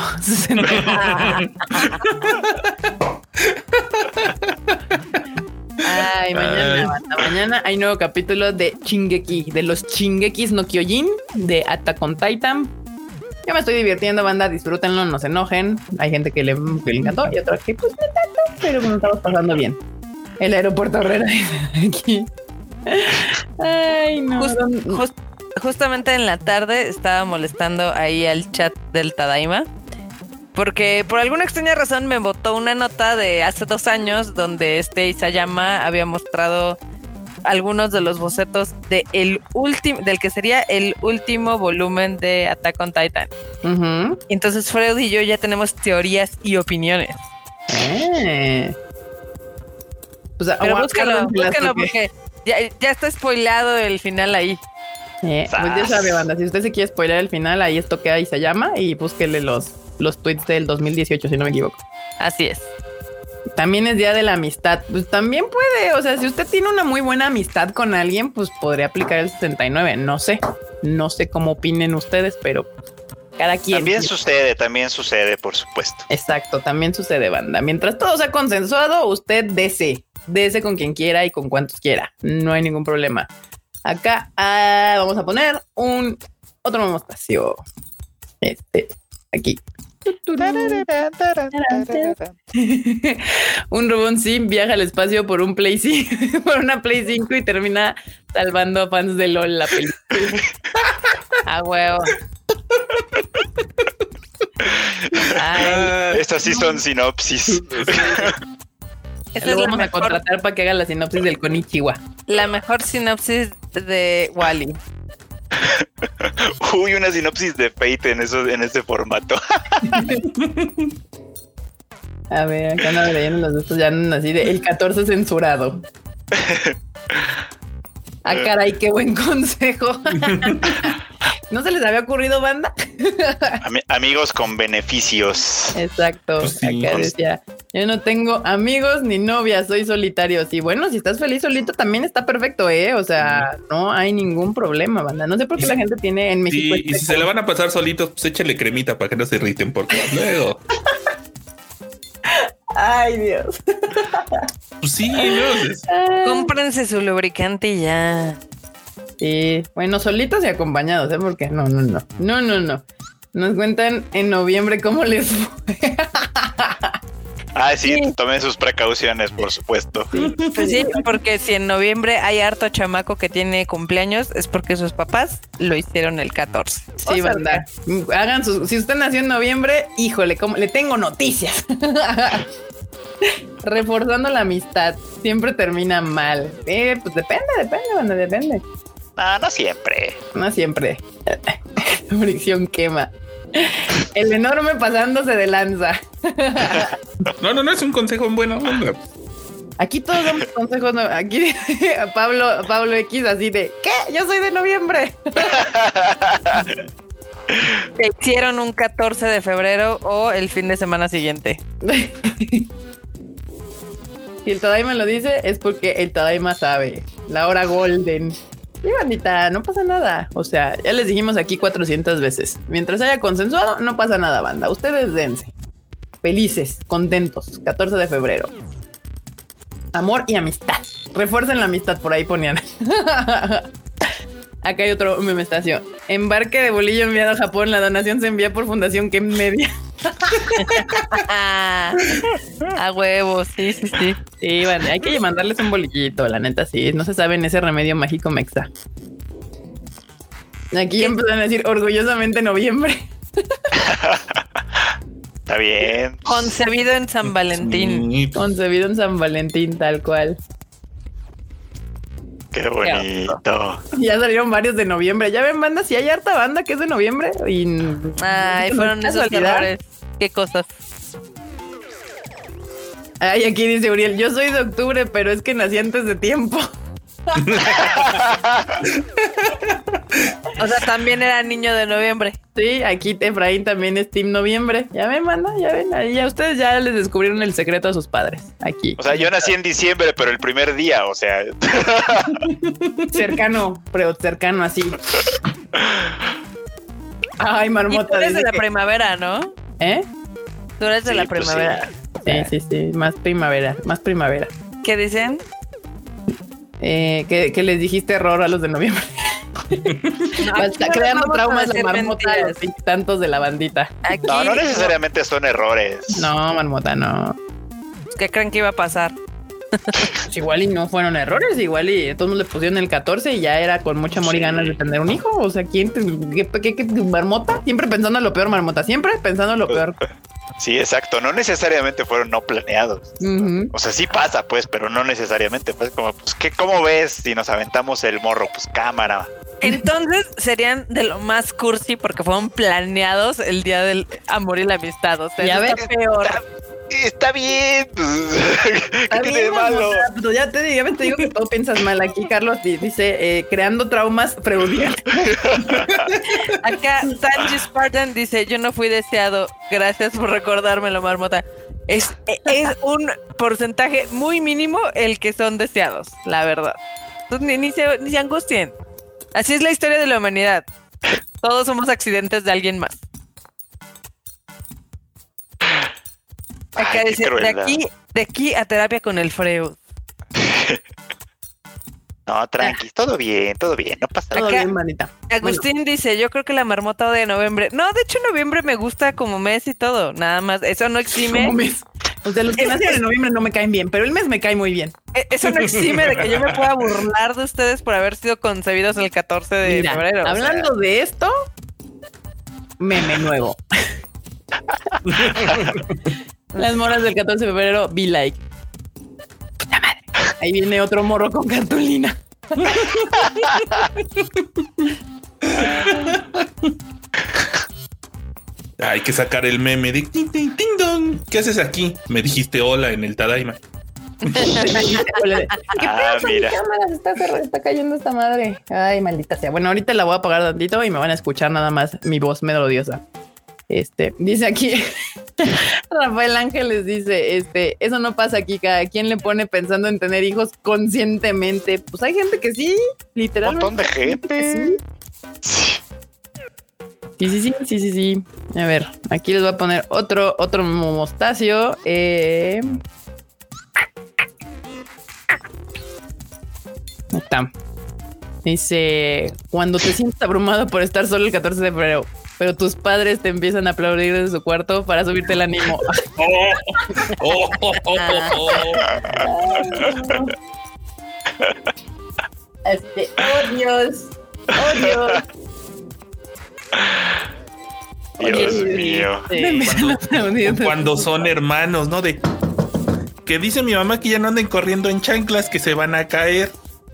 Ay, mañana, banda, mañana hay nuevo capítulo de Shingeki, de los Shingekis no Kyojin, de Attack on Titan. Yo me estoy divirtiendo, banda, disfrútenlo, no se enojen. Hay gente que le, que le encantó y otra que pues no tanto, pero nos estamos pasando bien. El aeropuerto Herrera aquí. Ay, no. Just, just, justamente en la tarde estaba molestando ahí al chat del Tadaima. Porque por alguna extraña razón me botó una nota de hace dos años donde este Isayama había mostrado algunos de los bocetos de el último, del que sería el último volumen de Attack on Titan. Uh-huh. Entonces Freud y yo ya tenemos teorías y opiniones. Eh. O sea, pero búscalo, búscalo porque ya, ya está spoilado el final ahí. Eh, pues ya sabe, banda, si usted se quiere spoiler el final, ahí esto queda Isayama y búsquele los los tweets del dos mil dieciocho, si no me equivoco. Así es. También es Día de la Amistad. Pues también puede, o sea, si usted tiene una muy buena amistad con alguien, pues podría aplicar el setenta y nueve. No sé, no sé cómo opinen ustedes, pero cada quien. También sucede, también sucede, por supuesto. Exacto, también sucede, banda. Mientras todo sea consensuado, usted dese, dese con quien quiera y con cuantos quiera. No hay ningún problema. Acá ah, vamos a poner un otro momostacio. Este, aquí. Un Robón Sim viaja al espacio por un Play cinco, por una Play cinco y termina salvando a fans de LOL la película. A huevo. Ay, estas sí son sinopsis. Esa lo vamos a mejor... contratar para que haga la sinopsis del Konichiwa. La mejor sinopsis de Wall-E. Uy, una sinopsis de Fate en eso, en este formato. A ver, acá no leyendo los de estos ya andan así de el catorce censurado. Ah, caray, qué buen consejo. ¿No se les había ocurrido, banda? Am- amigos con beneficios. Exacto. Pues sí, acá decía, yo no tengo amigos ni novias, soy solitario. Sí, bueno, si estás feliz solito también está perfecto, ¿eh? O sea, sí. No hay ningún problema, banda. No sé por qué la gente tiene en México. Sí, y si se le van a pasar solitos, pues échale cremita para que no se irriten, porque luego... Ay, Dios. Pues sí, no. Cómprense su lubricante y ya. Sí, bueno, solitos y acompañados, ¿eh? Porque no, no, no, no, no, no. Nos cuentan en noviembre cómo les fue. Ah, sí, sí, tomen sus precauciones, por supuesto. Sí, pues sí, porque si en noviembre hay harto chamaco que tiene cumpleaños, es porque sus papás lo hicieron el catorce. Sí, banda. Hagan sus... Si usted nació en noviembre, híjole, como le tengo noticias. Reforzando la amistad. Siempre termina mal. Eh, pues depende, depende, banda, depende. No, no siempre. No siempre. Fricción quema. El enorme pasándose de lanza. No, no, no es un consejo en buena onda. Aquí todos damos consejos. No, aquí Pablo, Pablo X así de ¿qué? Yo soy de noviembre. Te hicieron un catorce de febrero o el fin de semana siguiente. Si el Tadaima lo dice, es porque el Tadaima sabe. La hora golden. Y bandita, no pasa nada. O sea, ya les dijimos aquí cuatrocientas veces. Mientras haya consensuado, no pasa nada, banda. Ustedes dense. Felices, contentos. catorce de febrero. Amor y amistad. Refuercen la amistad, por ahí ponían. Acá hay otro memestacio. Embarque de bolillo enviado a Japón. La donación se envía por Fundación Ken Media. A huevos, sí, sí, sí. Sí, vale, hay que mandarles un bolillito, la neta, sí. No se saben ese remedio mágico mexa. Aquí ¿Qué? Empiezan a decir orgullosamente noviembre. Está bien. Concebido en San Valentín. Sí. Concebido en San Valentín, tal cual. Qué bonito. Ya salieron varios de noviembre. Ya ven, banda, si hay harta banda que es de noviembre. Y ay, fueron esos errores. Qué cosas. Ay, aquí dice Uriel, yo soy de octubre, pero es que nací antes de tiempo. O sea, también era niño de noviembre. Sí, aquí Efraín también es Team Noviembre. Ya ven, manda, ya ven. Ahí ya ustedes ya les descubrieron el secreto a sus padres. Aquí. O sea, yo nací en diciembre, pero el primer día, o sea. Cercano, pero cercano así. Ay, Marmota. Y tú eres de la que... primavera, ¿no? ¿Eh? Tú eres de Sí, la pues primavera. Sí, sí, sí. Más primavera, más primavera. ¿Qué dicen? Eh, que, que les dijiste error a los de noviembre. No, Está creando vamos a traumas de decir Marmota a mentiras. los tantos de la bandita. Aquí, No, no necesariamente son errores. No, Marmota, no. ¿Qué creen que iba a pasar? Pues igual y no fueron errores, igual y todos le pusieron el catorce y ya era con mucho amor y ganas de tener un hijo. O sea, ¿quién? Te, ¿qué, qué, qué, Marmota? Siempre pensando en lo peor, Marmota. Siempre pensando en lo peor. Sí, exacto. No necesariamente fueron no planeados. Uh-huh. O sea, sí pasa, pues, pero no necesariamente. Pues, como, pues, ¿qué, ¿cómo ves si nos aventamos el morro? Pues, cámara. Entonces serían de lo más cursi porque fueron planeados el día del amor y la amistad. O sea, Ya eso ves, está peor. Está, está bien. Pues, ¿qué Está tiene bien, de malo? Marmota, pero ya te, ya te digo que todo piensas mal. Aquí Carlos dice, eh, creando traumas freudianos. Acá Sanji Spartan dice, yo no fui deseado. Gracias por recordármelo, Marmota. Es, es un porcentaje muy mínimo el que son deseados, la verdad. Entonces, ni, ni, se, ni se angustien. Así es la historia de la humanidad. Todos somos accidentes de alguien más. Acá Ay, dice, de aquí, de aquí a terapia con el Freud. No, tranqui, todo bien, todo bien, no pasa Todo nada. bien, manita. Agustín bueno. dice, yo creo que la marmota de noviembre. No, de hecho noviembre me gusta como mes y todo. Nada más, eso no exime. Como mes. O sea, los que nacen en noviembre no me caen bien, pero el mes me cae muy bien. Eso no exime de que yo me pueda burlar de ustedes por haber sido concebidos el catorce de Mira, febrero. Hablando o sea. de esto, meme nuevo. Las moras del catorce de febrero, be like. Puta madre. Ahí viene otro morro con cartulina. Hay que sacar el meme de ting, ting, ting, dong. ¿Qué haces aquí? Me dijiste hola en el Tadaima. ¿Qué ah, pedo mira. Mi cámara? Se está, se está cayendo esta madre. Ay, maldita sea. Bueno, ahorita la voy a apagar tantito y me van a escuchar nada más mi voz melodiosa. Este, dice aquí Rafael Ángeles dice, este, eso no pasa aquí, cada quien le pone pensando en tener hijos conscientemente. Pues hay gente que sí, literalmente. Un montón de gente. Sí. Sí, sí, sí, sí, sí, sí. A ver, aquí les voy a poner otro, otro mostacio. Eh... Ahí está. Dice, cuando te sientes abrumado por estar solo el catorce de febrero, pero tus padres te empiezan a aplaudir desde su cuarto para subirte el ánimo. Oh, oh, oh, oh, oh, oh. Este, oh Dios, oh Dios. Dios Oye, mío. Cuando, cuando son hermanos, ¿no? De que dice mi mamá que ya no anden corriendo en chanclas, que se van a caer.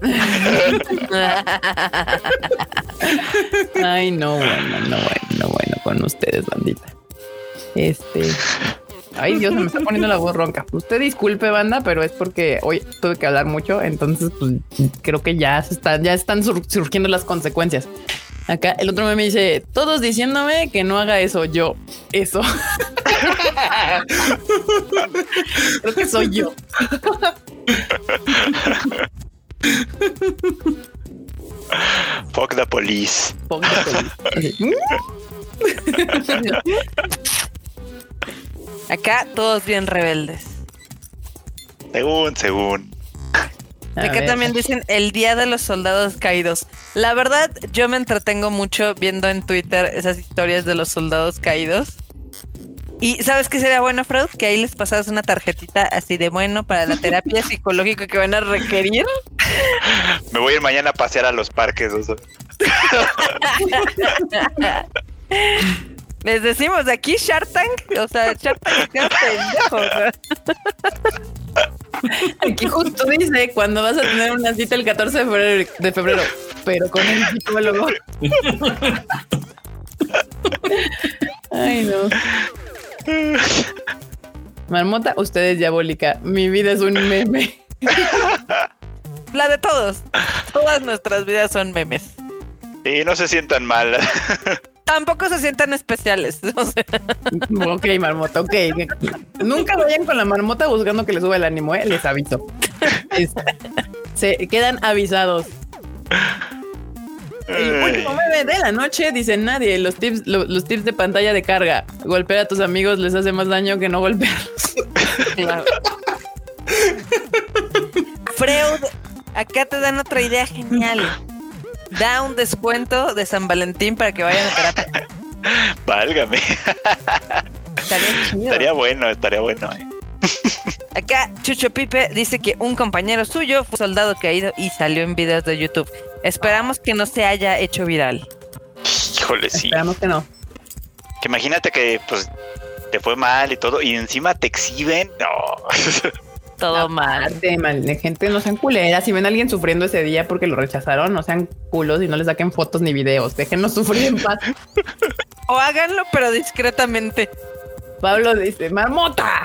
Ay, no, bueno, no, bueno, no, bueno, con ustedes, bandita. Este. Ay, Dios, se me está poniendo la voz ronca. Usted disculpe, banda, pero es porque hoy tuve que hablar mucho, entonces pues creo que ya se están, ya están sur surgiendo las consecuencias. Acá el otro me dice, todos diciéndome que no haga eso, yo, eso. Creo que soy yo. Fuck the police. Fuck the police. Acá todos bien rebeldes. Según, según. A Acá ver. También dicen el día de los soldados caídos. La verdad, yo me entretengo mucho viendo en Twitter esas historias de los soldados caídos. Y ¿sabes qué sería bueno, Freud? Que ahí les pasas una tarjetita así de bueno para la terapia psicológica que van a requerir. Me voy a ir mañana a pasear a los parques. O sea. Les decimos de aquí Shark Tank. O sea, Shark Tank es pendejo. O sea. Aquí justo dice cuando vas a tener una cita el catorce de febrero, de febrero pero con el psicólogo. Ay, no. Marmota, usted es diabólica. Mi vida es un meme. La de todos. Todas nuestras vidas son memes. Sí, no se sientan mal. Tampoco se sientan especiales. O sea. Ok, marmota, ok. Nunca vayan con la marmota buscando que les suba el ánimo, ¿eh? Les aviso. Es, se quedan avisados. El último meme de la noche, dice nadie. Los tips, lo, los tips de pantalla de carga. Golpear a tus amigos les hace más daño que no golpearlos. Claro. Freud, acá te dan otra idea genial. Da un descuento de San Valentín para que vayan a terapia. Válgame. Estaría chido. Estaría bueno, estaría bueno. Eh. Acá Chucho Pipe dice que un compañero suyo fue soldado caído y salió en videos de YouTube. Esperamos que no se haya hecho viral. Híjole, sí. Esperamos que no. Que imagínate que pues te fue mal y todo y encima te exhiben. No. Todo mal. Aparte, mal. De gente, no sean culeras. Si ven a alguien sufriendo ese día porque lo rechazaron, no sean culos y no les saquen fotos ni videos. Déjenlos sufrir en paz. O háganlo, pero discretamente. Pablo dice, marmota.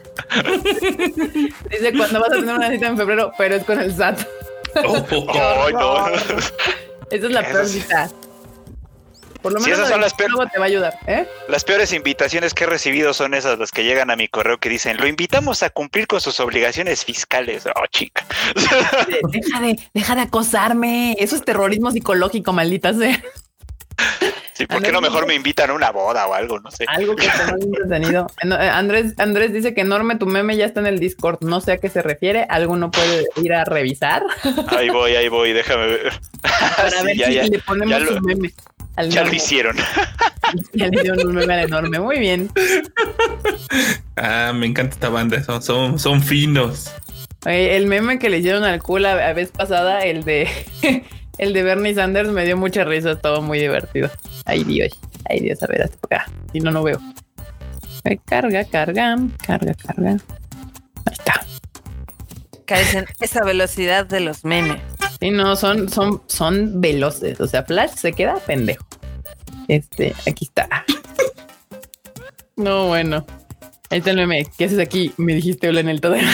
Dice, cuando vas a tener una cita en febrero, pero es con el S A T. Oh, oh, no. Esa es la peor cita. Por lo menos sí, esas son las peores. Te va a ayudar, ¿eh? Las peores invitaciones que he recibido son esas, las que llegan a mi correo que dicen, lo invitamos a cumplir con sus obligaciones fiscales. Oh, chica. Deja de, deja de acosarme. Eso es terrorismo psicológico, maldita sea. Sí, ¿por qué no mejor me invitan a una boda o algo? No sé. Algo que esté más entretenido. Andrés, Andrés dice que enorme tu meme ya está en el Discord. No sé a qué se refiere. ¿Alguno puede ir a revisar? Ahí voy, ahí voy, déjame ver. Para sí, ver ya, si ya, le ponemos ya lo, un meme. Al ya meme. lo hicieron. Ya le hicieron un meme al enorme. Muy bien. Ah, me encanta esta banda. Son, son, son finos. Oye, el meme que le hicieron al cool la vez pasada, el de el de Bernie Sanders, me dio mucha risa. Estaba muy divertido. Ay, Dios. Ay, Dios, a ver, hasta acá. Si no, no veo. Ay, carga, carga, carga, carga. Ahí está. Carecen esa velocidad de los memes. Sí, no, son, son, son veloces. O sea, Flash se queda pendejo. Este, aquí está. No, bueno. Ahí está el meme. ¿Qué haces aquí? Me dijiste hola en el todo.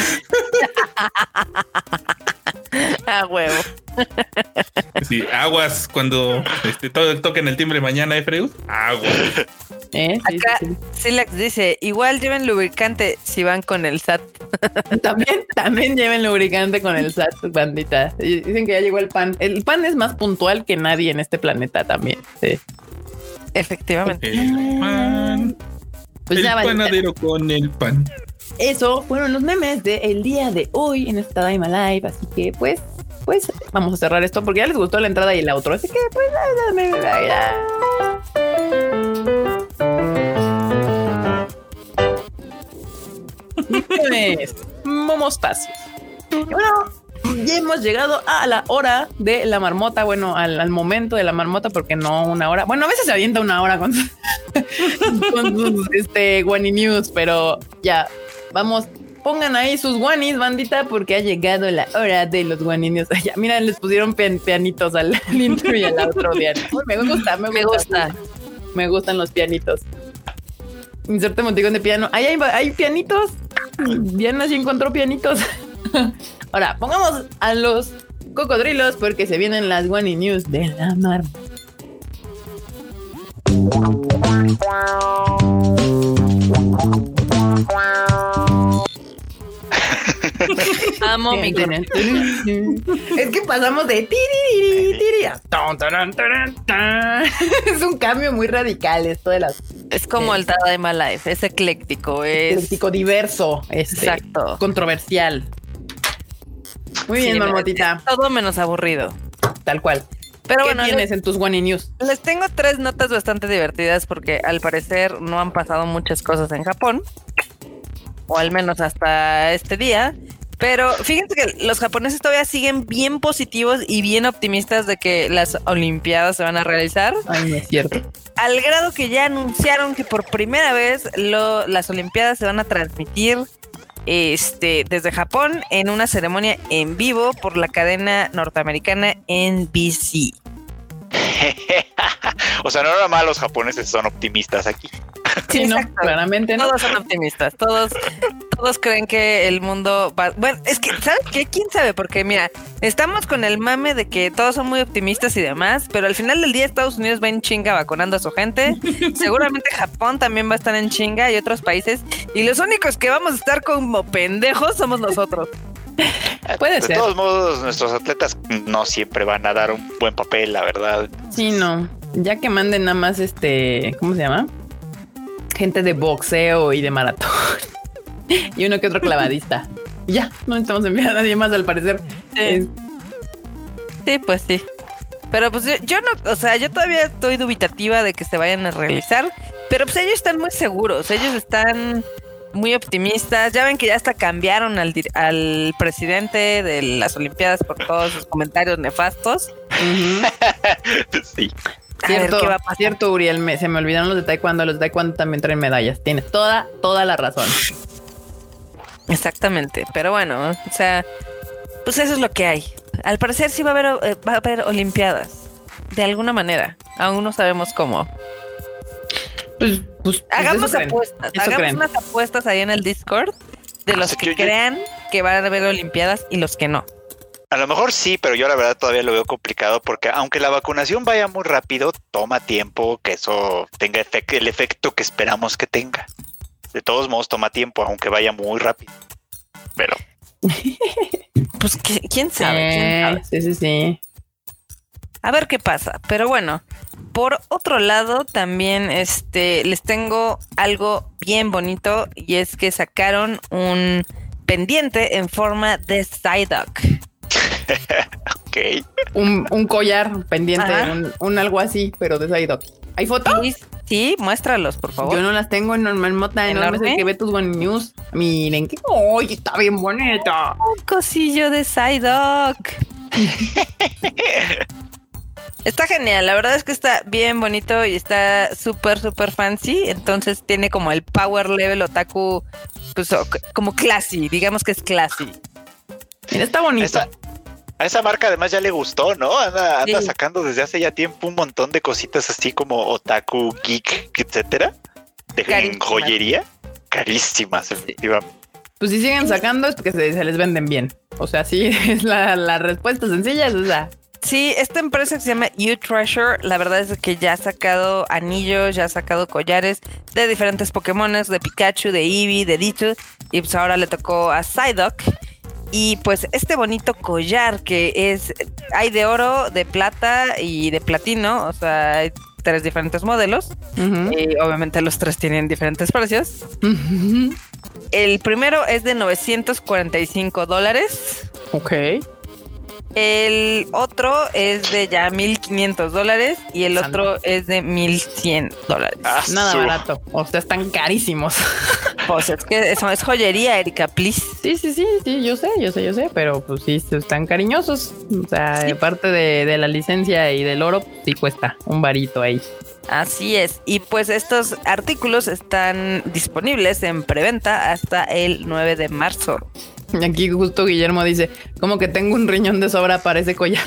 A huevo. Sí, aguas cuando este, todo, toquen el timbre mañana, ¿eh, Freud? Aguas. ¿Eh? Sí, Acá sí, sí. Silax dice, igual lleven lubricante si van con el S A T. También, también lleven lubricante con el S A T, bandita. Y dicen que ya llegó el pan. El pan es más puntual que nadie en este planeta también. Sí. Efectivamente. El pan. Pues el ya, bandita. panadero con el pan. Eso fueron los memes del día de hoy en esta Daima Live. Así que, pues, pues vamos a cerrar esto porque ya les gustó la entrada y el outro. Así que, pues, ya, ya, ya. Memes, momostacios. Y bueno, ya hemos llegado a la hora de la marmota. Bueno, al, al momento de la marmota, porque no una hora. Bueno, a veces se avienta una hora con, con sus este, Guani News, pero ya. Vamos, pongan ahí sus guanis, bandita, porque ha llegado la hora de los Guani News. Ya, mira, les pusieron pian, pianitos al, al intro y al outro. Me gusta, me gusta. Me gusta. Me gustan los pianitos. Inserte emoticón de piano. Ahí hay, hay pianitos. Diana sí encontró pianitos. Ahora, pongamos a los cocodrilos porque se vienen las Guani News de la mar. Amo mi corte. Es que pasamos de tiriri, tiri a ton, taran, taran, tan. Es un cambio muy radical esto de las. Es como el Tadaima Life, es ecléctico, es Ecléctico, diverso, este, exacto, controversial. Muy bien, sí, marmotita. Todo menos aburrido. Tal cual. Pero ¿Qué bueno, tienes les, en tus Guani News? les tengo tres notas bastante divertidas porque al parecer no han pasado muchas cosas en Japón, o al menos hasta este día. Pero fíjense que los japoneses todavía siguen bien positivos y bien optimistas de que las Olimpiadas se van a realizar. Ay, no es cierto. Al grado que ya anunciaron que por primera vez lo, las Olimpiadas se van a transmitir este, desde Japón en una ceremonia en vivo por la cadena norteamericana N B C. O sea, no nada más los japoneses son optimistas aquí. Sí, no, Exacto. claramente no. Todos son optimistas, todos todos creen que el mundo va... Bueno, es que, ¿sabes qué? ¿Quién sabe? Porque mira, estamos con el mame de que todos son muy optimistas y demás, pero al final del día Estados Unidos va en chinga vacunando a su gente. Seguramente Japón también va a estar en chinga y otros países. Y los únicos que vamos a estar como pendejos somos nosotros. Puede de ser. todos modos, nuestros atletas no siempre van a dar un buen papel, la verdad. Sí, no. Ya que manden nada más este... ¿Cómo se llama? Gente de boxeo y de maratón. Y uno que otro clavadista. Y ya, no necesitamos enviar a nadie más al parecer. Sí, Es- sí pues sí. Pero pues yo, yo no, o sea, yo todavía estoy dubitativa de que se vayan a realizar, pero pues ellos están muy seguros, ellos están muy optimistas. Ya ven que ya hasta cambiaron al, dir- al presidente de las Olimpiadas por todos sus comentarios nefastos. Ujú. Sí. A ver Cierto, qué va a pasar. cierto, Uriel, me- se me olvidaron los de taekwondo. Los de taekwondo también traen medallas. Tienes toda, toda la razón. Exactamente, pero bueno, o sea, pues eso es lo que hay. Al parecer sí va a haber, eh, va a haber Olimpiadas, de alguna manera. Aún no sabemos cómo. Pues, pues, pues Hagamos eso creen, apuestas, eso hagamos creen. unas apuestas ahí en el Discord de los Sí, que yo- yo- crean que van a haber Olimpiadas y los que no. A lo mejor sí, pero yo la verdad todavía lo veo complicado porque aunque la vacunación vaya muy rápido, toma tiempo que eso tenga efec- el efecto que esperamos que tenga. De todos modos, toma tiempo, aunque vaya muy rápido. Pero Pues ¿qué- quién sabe, quién Eh, sabe. sí, sí, sí. A ver qué pasa. Pero bueno, por otro lado, también este les tengo algo bien bonito y es que sacaron un pendiente en forma de Psyduck. ok. Un, un collar pendiente, Ajá. un, un algo así, pero de Psyduck. ¿Hay fotos? Sí, sí, muéstralos, por favor. Yo no las tengo en normal mota, enorme, es el ¿Enorme? que ve tus One News. Miren, que ¡ay, está bien bonita! Un cosillo de Psyduck. Está genial, la verdad es que está bien bonito y está súper, súper fancy. Entonces tiene como el power level otaku, pues o- como classy, digamos que es classy. Mira, está bonito. Esa- a esa marca además ya le gustó, ¿no? Anda, anda Sí. sacando desde hace ya tiempo un montón de cositas así como otaku, geek, etcétera. De en Carísimas. joyería. Carísimas, efectivamente. Pues si siguen sacando es porque se, se les venden bien. O sea, sí, es la, la respuesta sencilla, es esa. Sí, esta empresa que se llama You Treasure, la verdad es que ya ha sacado anillos, ya ha sacado collares de diferentes Pokémones, de Pikachu, de Eevee, de Ditto, y pues ahora le tocó a Psyduck. Y pues este bonito collar que es, hay de oro, de plata y de platino, o sea, hay tres diferentes modelos. Ujú. Y obviamente los tres tienen diferentes precios. El primero es de novecientos cuarenta y cinco dólares. Ok. El otro es de ya mil quinientos dólares y el Santo. otro es de mil cien dólares. Ah, Nada su- barato. O sea, están carísimos. Pues es que eso es joyería, Erika, please. Sí, sí, sí, sí, yo sé, yo sé, yo sé, pero pues sí, están cariñosos. O sea, Sí. aparte de, de la licencia y del oro, sí cuesta un varito ahí. Así es. Y pues estos artículos están disponibles en preventa hasta el nueve de marzo. Y aquí justo Guillermo dice, como que tengo un riñón de sobra para ese collar.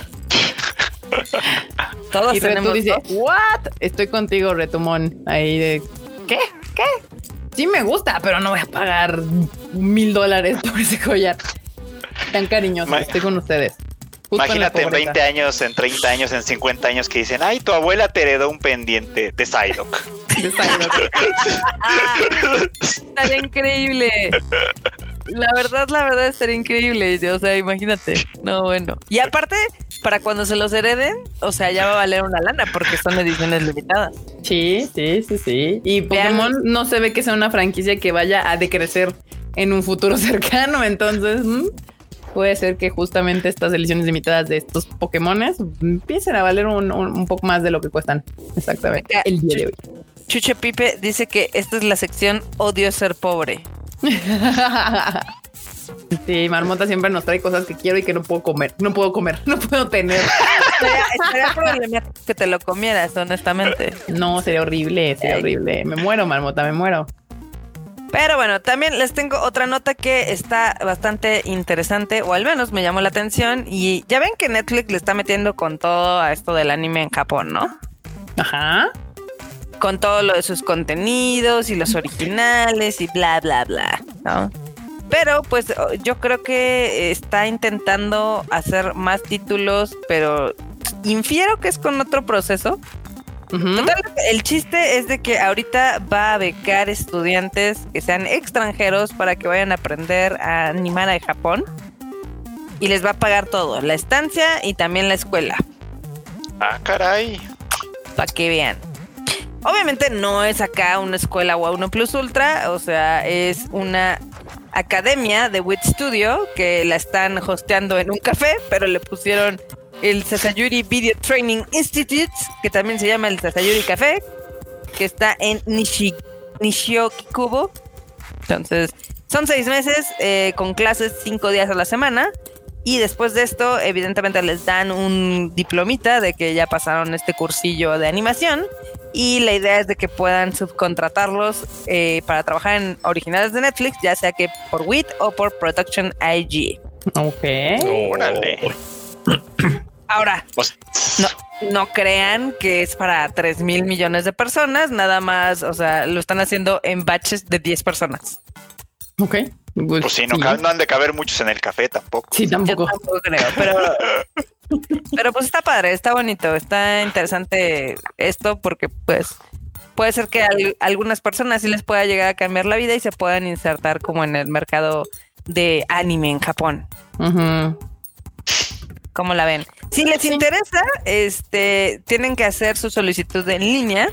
Todos Y Retu tenemos dice, dos. what? Estoy contigo, Retumón. Ahí de, ¿qué? ¿Qué? Sí me gusta, pero no voy a pagar mil dólares por ese collar. Tan cariñoso, Ma- estoy con ustedes. Justo Imagínate la en pobreza. veinte años, en treinta años, en cincuenta años que dicen, ay, tu abuela te heredó un pendiente de Psyduck. De Psyduck. Ah, estaría increíble. La verdad, la verdad estaría increíble. O sea, imagínate. No, bueno. Y aparte, para cuando se los hereden, o sea, ya va a valer una lana porque son ediciones limitadas. Sí, sí, sí, sí. Y Vean. Pokémon no se ve que sea una franquicia que vaya a decrecer en un futuro cercano. Entonces, ¿m? puede ser que justamente estas ediciones limitadas de estos Pokémones empiecen a valer un, un- un poco más de lo que cuestan. Exactamente. Acá, El día de hoy. Chucho Pipe dice que esta es la sección Odio ser pobre. Sí, Marmota siempre nos trae cosas que quiero y que no puedo comer. No puedo comer, no puedo tener. Estaría, estaría problemático que te lo comieras, honestamente. No, sería horrible, sería Ay. horrible. Me muero, Marmota, me muero. Pero bueno, también les tengo otra nota que está bastante interesante, o al menos me llamó la atención. Y ya ven que Netflix le está metiendo con todo a esto del anime en Japón, ¿no? Ajá. Con todo lo de sus contenidos y los originales y bla, bla, bla, ¿no? Pero pues yo creo que está intentando hacer más títulos, pero infiero que es con otro proceso. Uh-huh. Total, el chiste es de que ahorita va a becar estudiantes que sean extranjeros para que vayan a aprender a animar a Japón. Y les va a pagar todo, la estancia y también la escuela. Ah, caray. Para que vean. Obviamente no es acá una escuela o uno plus ultra, o sea, es una academia de Wit Studio que la están hosteando en un café, pero le pusieron el Sasayuri Video Training Institute, que también se llama el Sasayuri Café, que está en Nishi, Nishiokikubo. Entonces, son seis meses eh, con clases cinco días a la semana. Y después de esto, evidentemente les dan un diplomita de que ya pasaron este cursillo de animación. Y la idea es de que puedan subcontratarlos eh, para trabajar en originales de Netflix, ya sea que por W I T o por Production I G. Ok. Órale. Ahora, no, no crean que es para tres mil millones de personas, nada más, o sea, lo están haciendo en batches de diez personas. Ok. Pues, pues sí, no, sí. no han de caber muchos en el café tampoco. Sí, tampoco. Yo tampoco creo, pero, pero pues está padre, está bonito, está interesante esto porque pues puede ser que a algunas personas sí les pueda llegar a cambiar la vida y se puedan insertar como en el mercado de anime en Japón. Uh-huh. ¿Cómo la ven? Si les sí. interesa, este, tienen que hacer su solicitud en línea.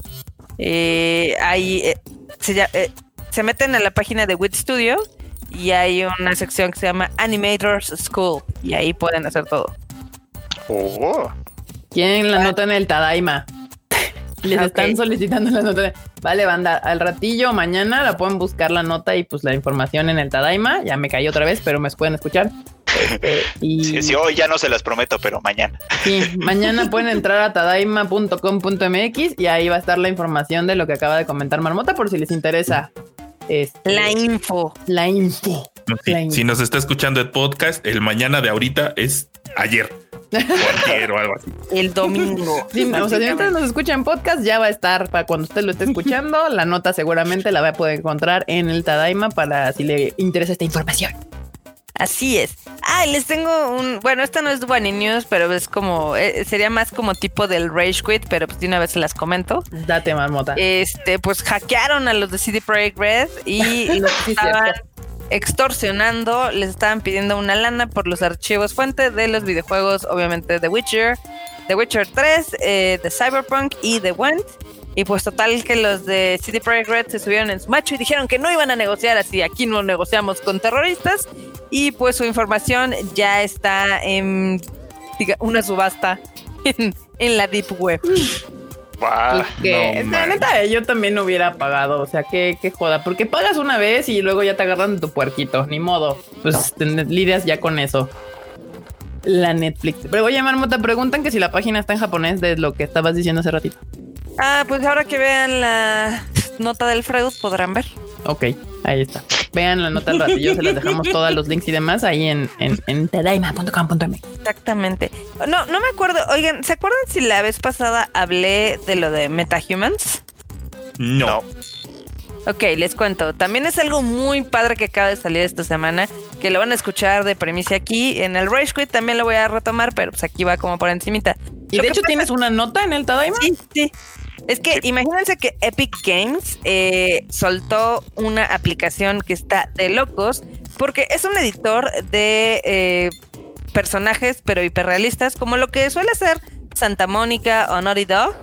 Eh, ahí eh, se llama... Eh, Se meten a la página de Wit Studio y hay una sección que se llama Animators School y ahí pueden hacer todo. Oh. Quieren la nota en el Tadaima. Les okay. están solicitando la nota. De... Vale, banda, al ratillo mañana la pueden buscar la nota y pues la información en el Tadaima. Ya me caí otra vez, pero me pueden escuchar. Este, y... sí, sí, hoy ya no se las prometo, pero mañana. Sí, mañana pueden entrar a tadaima punto com punto m x y ahí va a estar la información de lo que acaba de comentar Marmota por si les interesa. Este, la info. La info. Sí, la info. Si nos está escuchando el podcast, el mañana de ahorita es ayer. O ayer o algo así. El domingo. Sí, o sea, si mientras nos escucha en podcast, ya va a estar para cuando usted lo esté escuchando. La nota seguramente la va a poder encontrar en el Tadaima para si le interesa esta información. Así es. Ah, les tengo un... Bueno, esta no es One News, pero es como... Eh, sería más como tipo del Rage Quit, pero pues de una vez se las comento. Date, Marmota. Este, pues hackearon a los de C D Projekt Red y los estaban extorsionando, les estaban pidiendo una lana por los archivos fuente de los videojuegos, obviamente The Witcher, The Witcher tres, eh, The Cyberpunk y The Went. Y pues total que los de C D Projekt Red se subieron en su macho y dijeron que no iban a negociar así, aquí no negociamos con terroristas. Y pues su información ya está en diga, una subasta en, en la Deep Web. Wow, que, no, la neta, yo también no hubiera pagado, o sea, que, que joda, porque pagas una vez y luego ya te agarran de tu puerquito, ni modo, pues te lidias ya con eso. La Netflix. Pero oye, Marmota, preguntan que si la página está en japonés de lo que estabas diciendo hace ratito. Ah, pues ahora que vean la nota del Freud podrán ver. Ok, ahí está. Vean la nota al ratillo, se les dejamos todos los links y demás ahí en, en, en tadaima punto com punto m x. Exactamente. No, no me acuerdo. Oigan, ¿se acuerdan si la vez pasada hablé de lo de MetaHumans? No. Ok, les cuento. También es algo muy padre que acaba de salir esta semana, que lo van a escuchar de premisa aquí. En el Rage Quit también lo voy a retomar, pero pues aquí va como por encimita. ¿Y de hecho pasa... tienes una nota en el Tadaima? Sí, sí. Es que imagínense que Epic Games eh, soltó una aplicación que está de locos, porque es un editor de eh, personajes, pero hiperrealistas, como lo que suele ser Santa Mónica o Naughty Dog,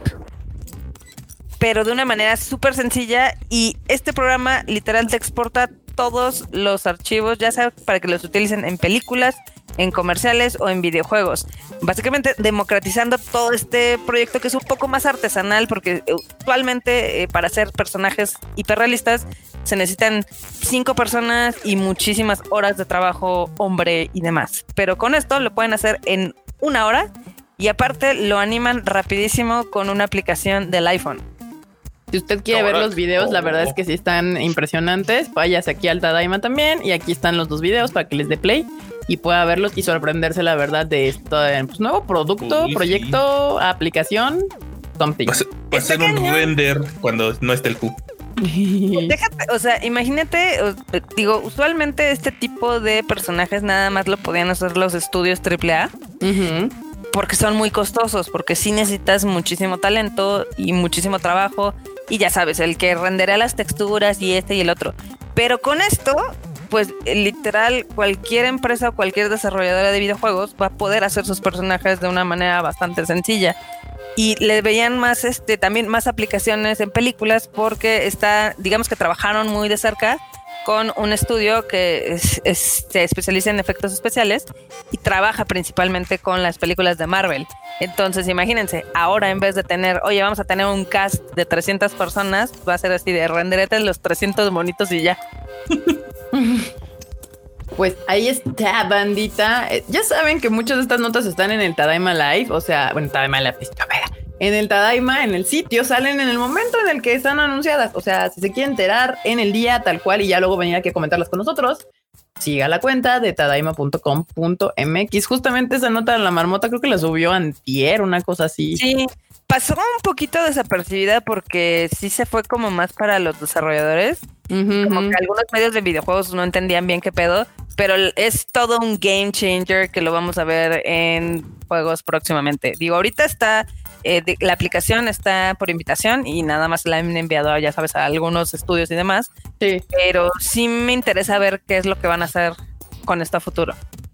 pero de una manera súper sencilla. Y este programa literal te exporta todos los archivos, ya sea para que los utilicen en películas, en comerciales o en videojuegos. Básicamente democratizando todo este proyecto que es un poco más artesanal, porque usualmente eh, para hacer personajes hiperrealistas se necesitan cinco personas y muchísimas horas de trabajo, hombre y demás. Pero con esto lo pueden hacer en una hora y aparte lo animan rapidísimo con una aplicación del iPhone. Si usted quiere ver los videos, la verdad es que sí están impresionantes. Váyase aquí al Tadaima también y aquí están los dos videos para que les dé play y pueda verlos y sorprenderse, la verdad, de este pues, nuevo producto, Uy, proyecto, sí. aplicación, something. Va a ser un render cuando no esté el Q. Déjate, o sea, imagínate, o, digo, usualmente este tipo de personajes nada más lo podían hacer los estudios triple A. Uh-huh. Porque son muy costosos, porque sí necesitas muchísimo talento y muchísimo trabajo. Y ya sabes, el que renderea las texturas y este y el otro. Pero con esto, pues literal, cualquier empresa o cualquier desarrolladora de videojuegos va a poder hacer sus personajes de una manera bastante sencilla. Y le veían más, este, también más aplicaciones en películas porque está, digamos que trabajaron muy de cerca con un estudio que es, es, se especializa en efectos especiales y trabaja principalmente con las películas de Marvel. Entonces, imagínense, ahora en vez de tener, oye, vamos a tener un cast de trescientas personas, va a ser así de renderete los trescientos monitos y ya. Pues ahí está, bandita. Ya saben que muchas de estas notas están en el Tadaima Live, o sea, bueno, Tadaima Live, en el Tadaima, en el sitio, salen en el momento en el que están anunciadas. O sea, si se quiere enterar en el día tal cual y ya luego venir aquí a comentarlas con nosotros, siga la cuenta de tadaima punto com punto m x. Justamente esa nota de la marmota creo que la subió antier, una cosa así. Sí, pasó un poquito desapercibida porque sí se fue como más para los desarrolladores. Uh-huh. Como que algunos medios de videojuegos no entendían bien qué pedo, pero es todo un game changer que lo vamos a ver en juegos próximamente. Digo, ahorita está, eh, de, la aplicación está por invitación y nada más la han enviado, ya sabes, a algunos estudios y demás. Sí. Pero sí me interesa ver qué es lo que van a hacer con esto a futuro.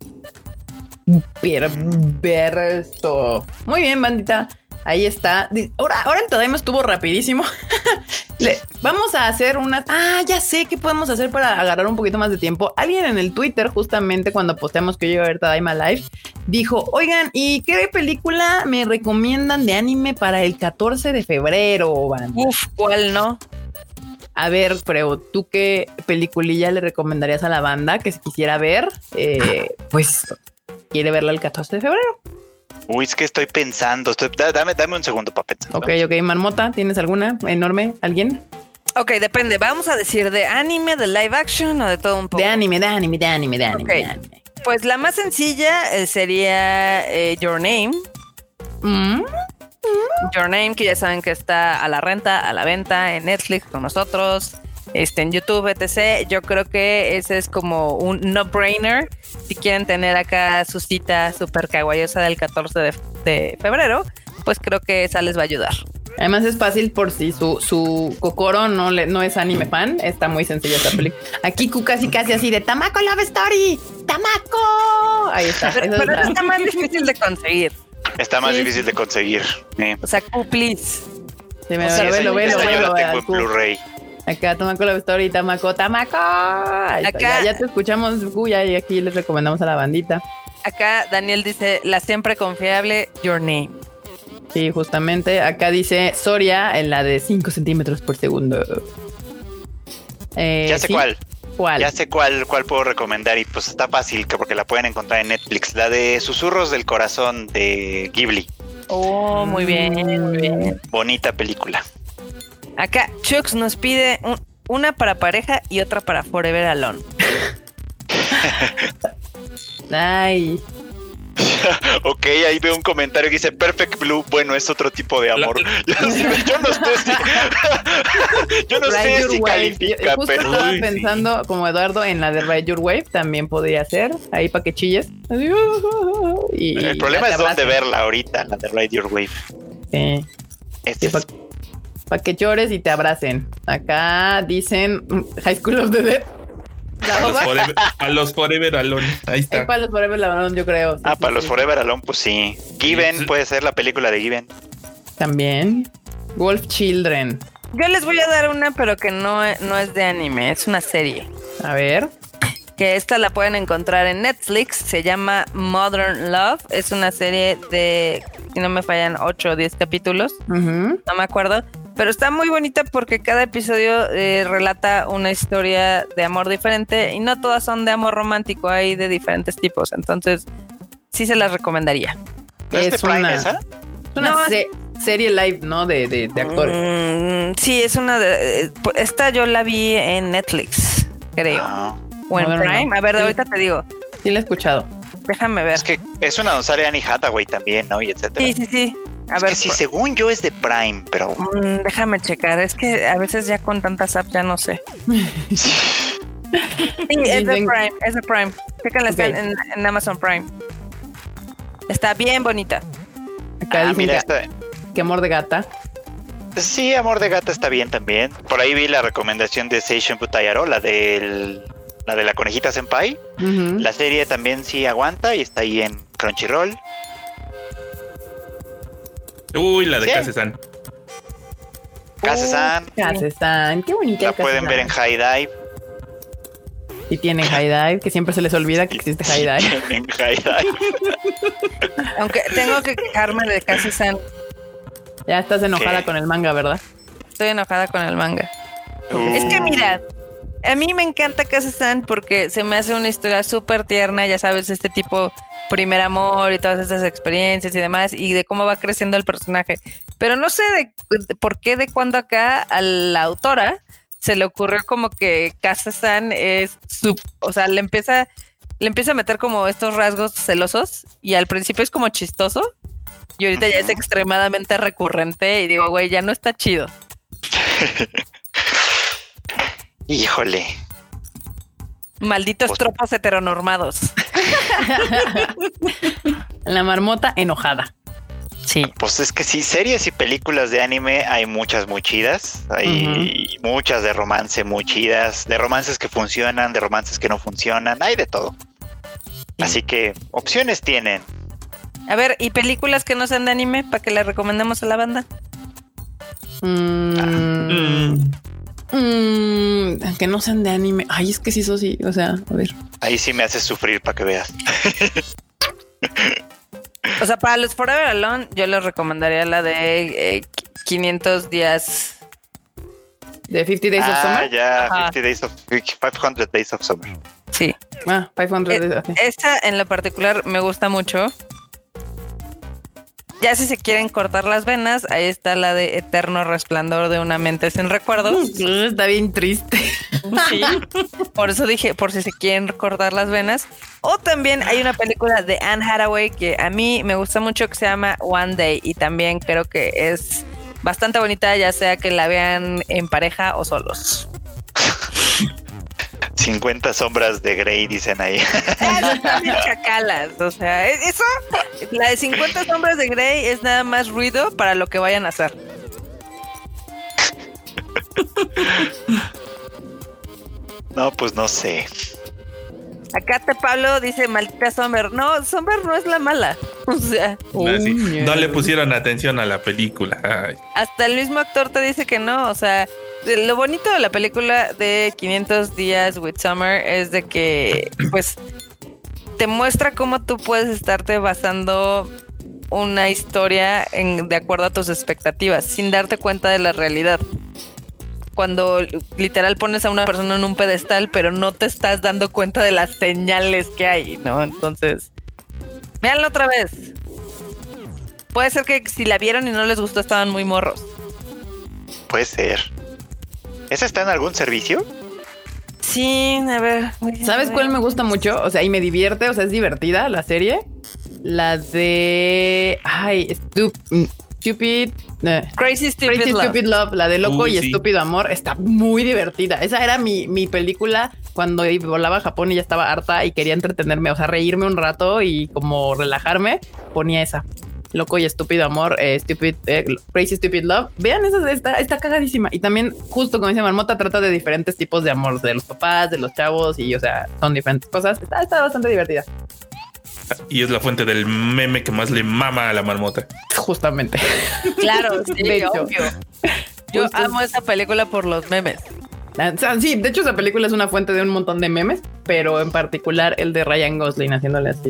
Pero ver esto. Muy bien, bandita. Ahí está. Ahora, ahora el Tadaima estuvo rapidísimo. Le, vamos a hacer una... Ah, ya sé qué podemos hacer para agarrar un poquito más de tiempo. Alguien en el Twitter, justamente cuando posteamos que yo iba a ver Tadaima Live, dijo, oigan, ¿y qué película me recomiendan de anime para el catorce de febrero, banda? Uf, ¿cuál no? A ver, Freo, ¿tú qué peliculilla le recomendarías a la banda que si quisiera ver? Eh, pues quiere verla el catorce de febrero. Uy, es que estoy pensando. Estoy, dame, dame un segundo para pensar. Ok, ok. Marmota, ¿tienes alguna enorme? ¿Alguien? Ok, depende. ¿Vamos a decir de anime, de live action o de todo un poco? De anime, de anime, de anime, de anime. Okay. De anime. Pues la más sencilla eh, sería eh, Your Name. Mm. Your Name, que ya saben que está a la renta, a la venta en Netflix con nosotros, este, en YouTube, etcétera. Yo creo que ese es como un no-brainer. Si quieren tener acá su cita súper kawaiosa del catorce de, de febrero, pues creo que esa les va a ayudar. Además es fácil por si su, su Kokoro no, le, no es anime fan. Está muy sencilla esta película. Aquí Q casi casi así de Tamako Love Story. ¡Tamako! Ahí está. Pero, pero está más difícil de conseguir. Está más sí. difícil de conseguir. Eh. O sea, Q, please. Se me o sea, velo, velo, velo. Yo velo, la tengo en Blu-ray. Acá Tamako Love Story, Tamako, Tamako. Acá ya, ya te escuchamos, Guya, y aquí les recomendamos a la bandita. Acá Daniel dice la siempre confiable Your Name. Sí, justamente. Acá dice Soria en la de cinco centímetros por segundo. Eh, ya sé ¿sí? cuál. ¿Cuál? Ya sé cuál, cuál puedo recomendar y pues está fácil porque la pueden encontrar en Netflix. La de Susurros del Corazón de Ghibli. Oh, muy bien, muy bien. Bonita película. Acá Chux nos pide un, una para pareja y otra para Forever Alone. Ay. Ok, ahí veo un comentario que dice Perfect Blue. Bueno, es otro tipo de amor. Yo, yo no sé si, yo no sé si califica, Justo pero estaba uy, pensando sí. como Eduardo en la de Ride Your Wave. También podría ser ahí para que chilles. Y el problema es dónde verla ahorita, la de Ride Your Wave. Sí. Este sí, es... para pa que llores y te abracen. Acá dicen High School of the Dead. A los, forever, a los Forever Alone. Ahí está. Es para los Forever Alone, yo creo. Sí, ah, sí, para sí. los Forever Alone, pues sí. Given, sí. Puede ser la película de Given. También. Wolf Children. Yo les voy a dar una, pero que no, no es de anime, es una serie. A ver. Que esta la pueden encontrar en Netflix. Se llama Modern Love. Es una serie de, si no me fallan, ocho o diez capítulos. Uh-huh. No me acuerdo. Pero está muy bonita porque cada episodio eh, relata una historia de amor diferente y no todas son de amor romántico, hay de diferentes tipos. Entonces, sí se las recomendaría. ¿No es, es de Prime esa? Es una no, se- serie live, ¿no? De, de, de actores. Mm, sí, es una de... Eh, esta yo la vi en Netflix, creo. Ah. O en Prime. No. A ver, de sí. ahorita te digo. Sí la he escuchado. Déjame ver. Es que es una donde sale Annie Hathaway también, ¿no? Y etcétera. Sí, sí, sí. A es ver, que sí, según yo es de Prime, pero... Mm, déjame checar, es que a veces ya con tantas apps ya no sé. Sí, es de Prime, es de Prime. Chécala, okay. Está en, en Amazon Prime. Está bien bonita. Acá ah, mira, que, está... que amor de gata. Sí, amor de gata está bien también. Por ahí vi la recomendación de Seishun Butayaro, la del... la de la conejita senpai. Uh-huh. La serie también sí aguanta y está ahí en Crunchyroll. Uy, la de ¿Sí? Kase-san. Kase-san. Uh, Kase-san, qué bonita. La pueden ver en High Dive. Y tienen High Dive, que siempre se les olvida que existe High Dive. En High Dive. Aunque tengo que quejarme de Kase-san. Ya estás enojada ¿Qué? Con el manga, ¿verdad? Estoy enojada con el manga. Uh. Es que mira, a mí me encanta Kase-san porque se me hace una historia súper tierna, ya sabes, este tipo primer amor y todas estas experiencias y demás, y de cómo va creciendo el personaje. Pero no sé de, de por qué de cuando acá a la autora se le ocurrió como que Kase-san es su, o sea, le empieza, le empieza a meter como estos rasgos celosos y al principio es como chistoso y ahorita ya es extremadamente recurrente y digo, güey, ya no está chido. Híjole. Malditos pues... tropos heteronormados. La marmota enojada. Sí. Pues es que sí, series y películas de anime hay muchas muy chidas. Hay uh-huh. muchas de romance muy chidas. De romances que funcionan, de romances que no funcionan. Hay de todo. Sí. Así que opciones tienen. A ver, ¿y películas que no sean de anime para que le recomendemos a la banda? Mm. Ah. Mm. Mm, que no sean de anime. Ay, es que sí, eso sí. O sea, a ver. Ahí sí me haces sufrir para que veas. O sea, para los Forever Alone, yo les recomendaría la de eh, quinientos días. ¿De cincuenta Days ah, of Summer? Ya, cincuenta days of, quinientos Days of Summer. Sí. Ah, quinientos eh, Days. Okay. Esta en lo particular me gusta mucho. Ya si se quieren cortar las venas, ahí está la de Eterno Resplandor de una mente sin recuerdos. Está bien triste. Sí. Por eso dije, por si se quieren cortar las venas. O también hay una película de Anne Hathaway que a mí me gusta mucho, que se llama One Day, y también creo que es bastante bonita, ya sea que la vean en pareja o solos. cincuenta sombras de Grey, dicen ahí. Esas también chacalas, o sea, eso, la de cincuenta sombras de Grey es nada más ruido para lo que vayan a hacer. No, pues no sé. Acá te Pablo dice, maldita Sommer. No, Sommer no es la mala. O sea, no, sí. No le pusieron atención a la película. Ay. Hasta el mismo actor te dice que no, o sea, lo bonito de la película de quinientos días with Summer es de que, pues, te muestra cómo tú puedes estarte basando una historia en, de acuerdo a tus expectativas, sin darte cuenta de la realidad. Cuando literal pones a una persona en un pedestal, pero no te estás dando cuenta de las señales que hay, ¿no? Entonces, véanla otra vez. Puede ser que si la vieron y no les gustó, estaban muy morros. Puede ser. ¿Esa está en algún servicio? Sí, a ver. ¿Sabes cuál me gusta mucho? O sea, y me divierte, o sea, es divertida la serie. La de... Ay, Stupid... Stupid... Uh, Crazy Stupid, Crazy Love. Stupid Love, la de Loco Uy, y sí. Estúpido Amor, está muy divertida. Esa era mi, mi película cuando volaba a Japón y ya estaba harta y quería entretenerme, o sea, reírme un rato y como relajarme, ponía esa. Loco y Estúpido Amor, eh, Stupid, eh, Crazy Stupid Love. Vean, esa está, está cagadísima. Y también, justo como dice Marmota, trata de diferentes tipos de amor, de los papás, de los chavos, y o sea, son diferentes cosas. Está, está bastante divertida. Y es la fuente del meme que más le mama a la marmota. Justamente. Claro, sí, de hecho. obvio. Yo Justo. amo esa película por los memes. O sea, sí, de hecho esa película es una fuente de un montón de memes, pero en particular el de Ryan Gosling haciéndole así.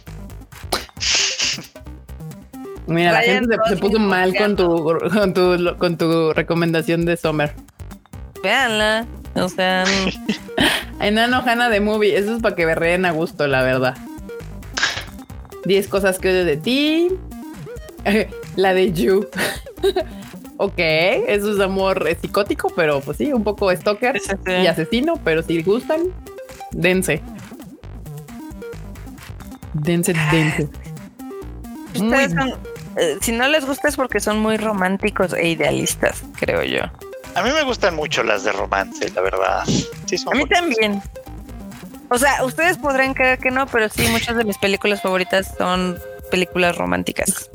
Mira, la Ryan gente se, se puso mal con tu, con tu con tu recomendación de Summer. Véanla. O sea, Enano Hana de Movie, eso es para que berreen a gusto, la verdad. diez cosas que odio de ti. La de You. Ok, eso es amor eh, psicótico, pero pues sí, un poco stalker sí, sí. y asesino, pero si gustan, dense. Dense, dense. Ustedes Muy... son, eh, si no les gusta es porque son muy románticos e idealistas, creo yo. A mí me gustan mucho las de romance, la verdad. Sí, son a mí bonitas. también. O sea, ustedes podrán creer que no, pero sí, muchas de mis películas favoritas son películas románticas.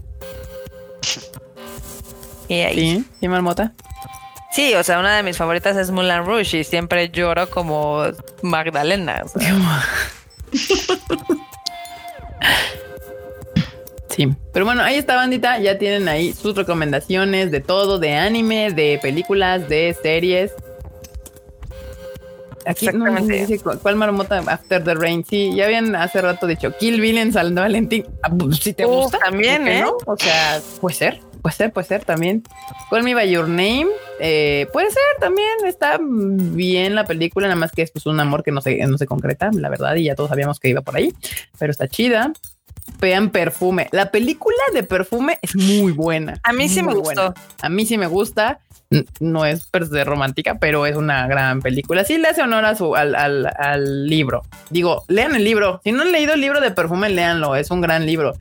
Y ahí. Sí, sí, Marmota. Sí, o sea, una de mis favoritas es Moulin Rouge y siempre lloro como Magdalena. O sea. Sí, pero bueno, ahí está, bandita. Ya tienen ahí sus recomendaciones de todo, de anime, de películas, de series. Aquí no me dice cuál, cuál Marmota. After the Rain. Sí, ya habían hace rato dicho Kill Bill en San Valentín. Si te uh, gusta también, ¿eh? ¿no? O sea, puede ser, puede ser, puede ser también. Call Me by Your Name, eh, puede ser también. Está bien la película, nada más que es pues, un amor que no se, no se concreta, la verdad, y ya todos sabíamos que iba por ahí, pero está chida. Vean Perfume. La película de Perfume es muy buena. A mí sí me gustó. Buena. A mí sí me gusta. No es per se romántica, pero es una gran película. Sí le hace honor a su, al, al, al libro. Digo, lean el libro. Si no han leído el libro de Perfume, léanlo. Es un gran libro.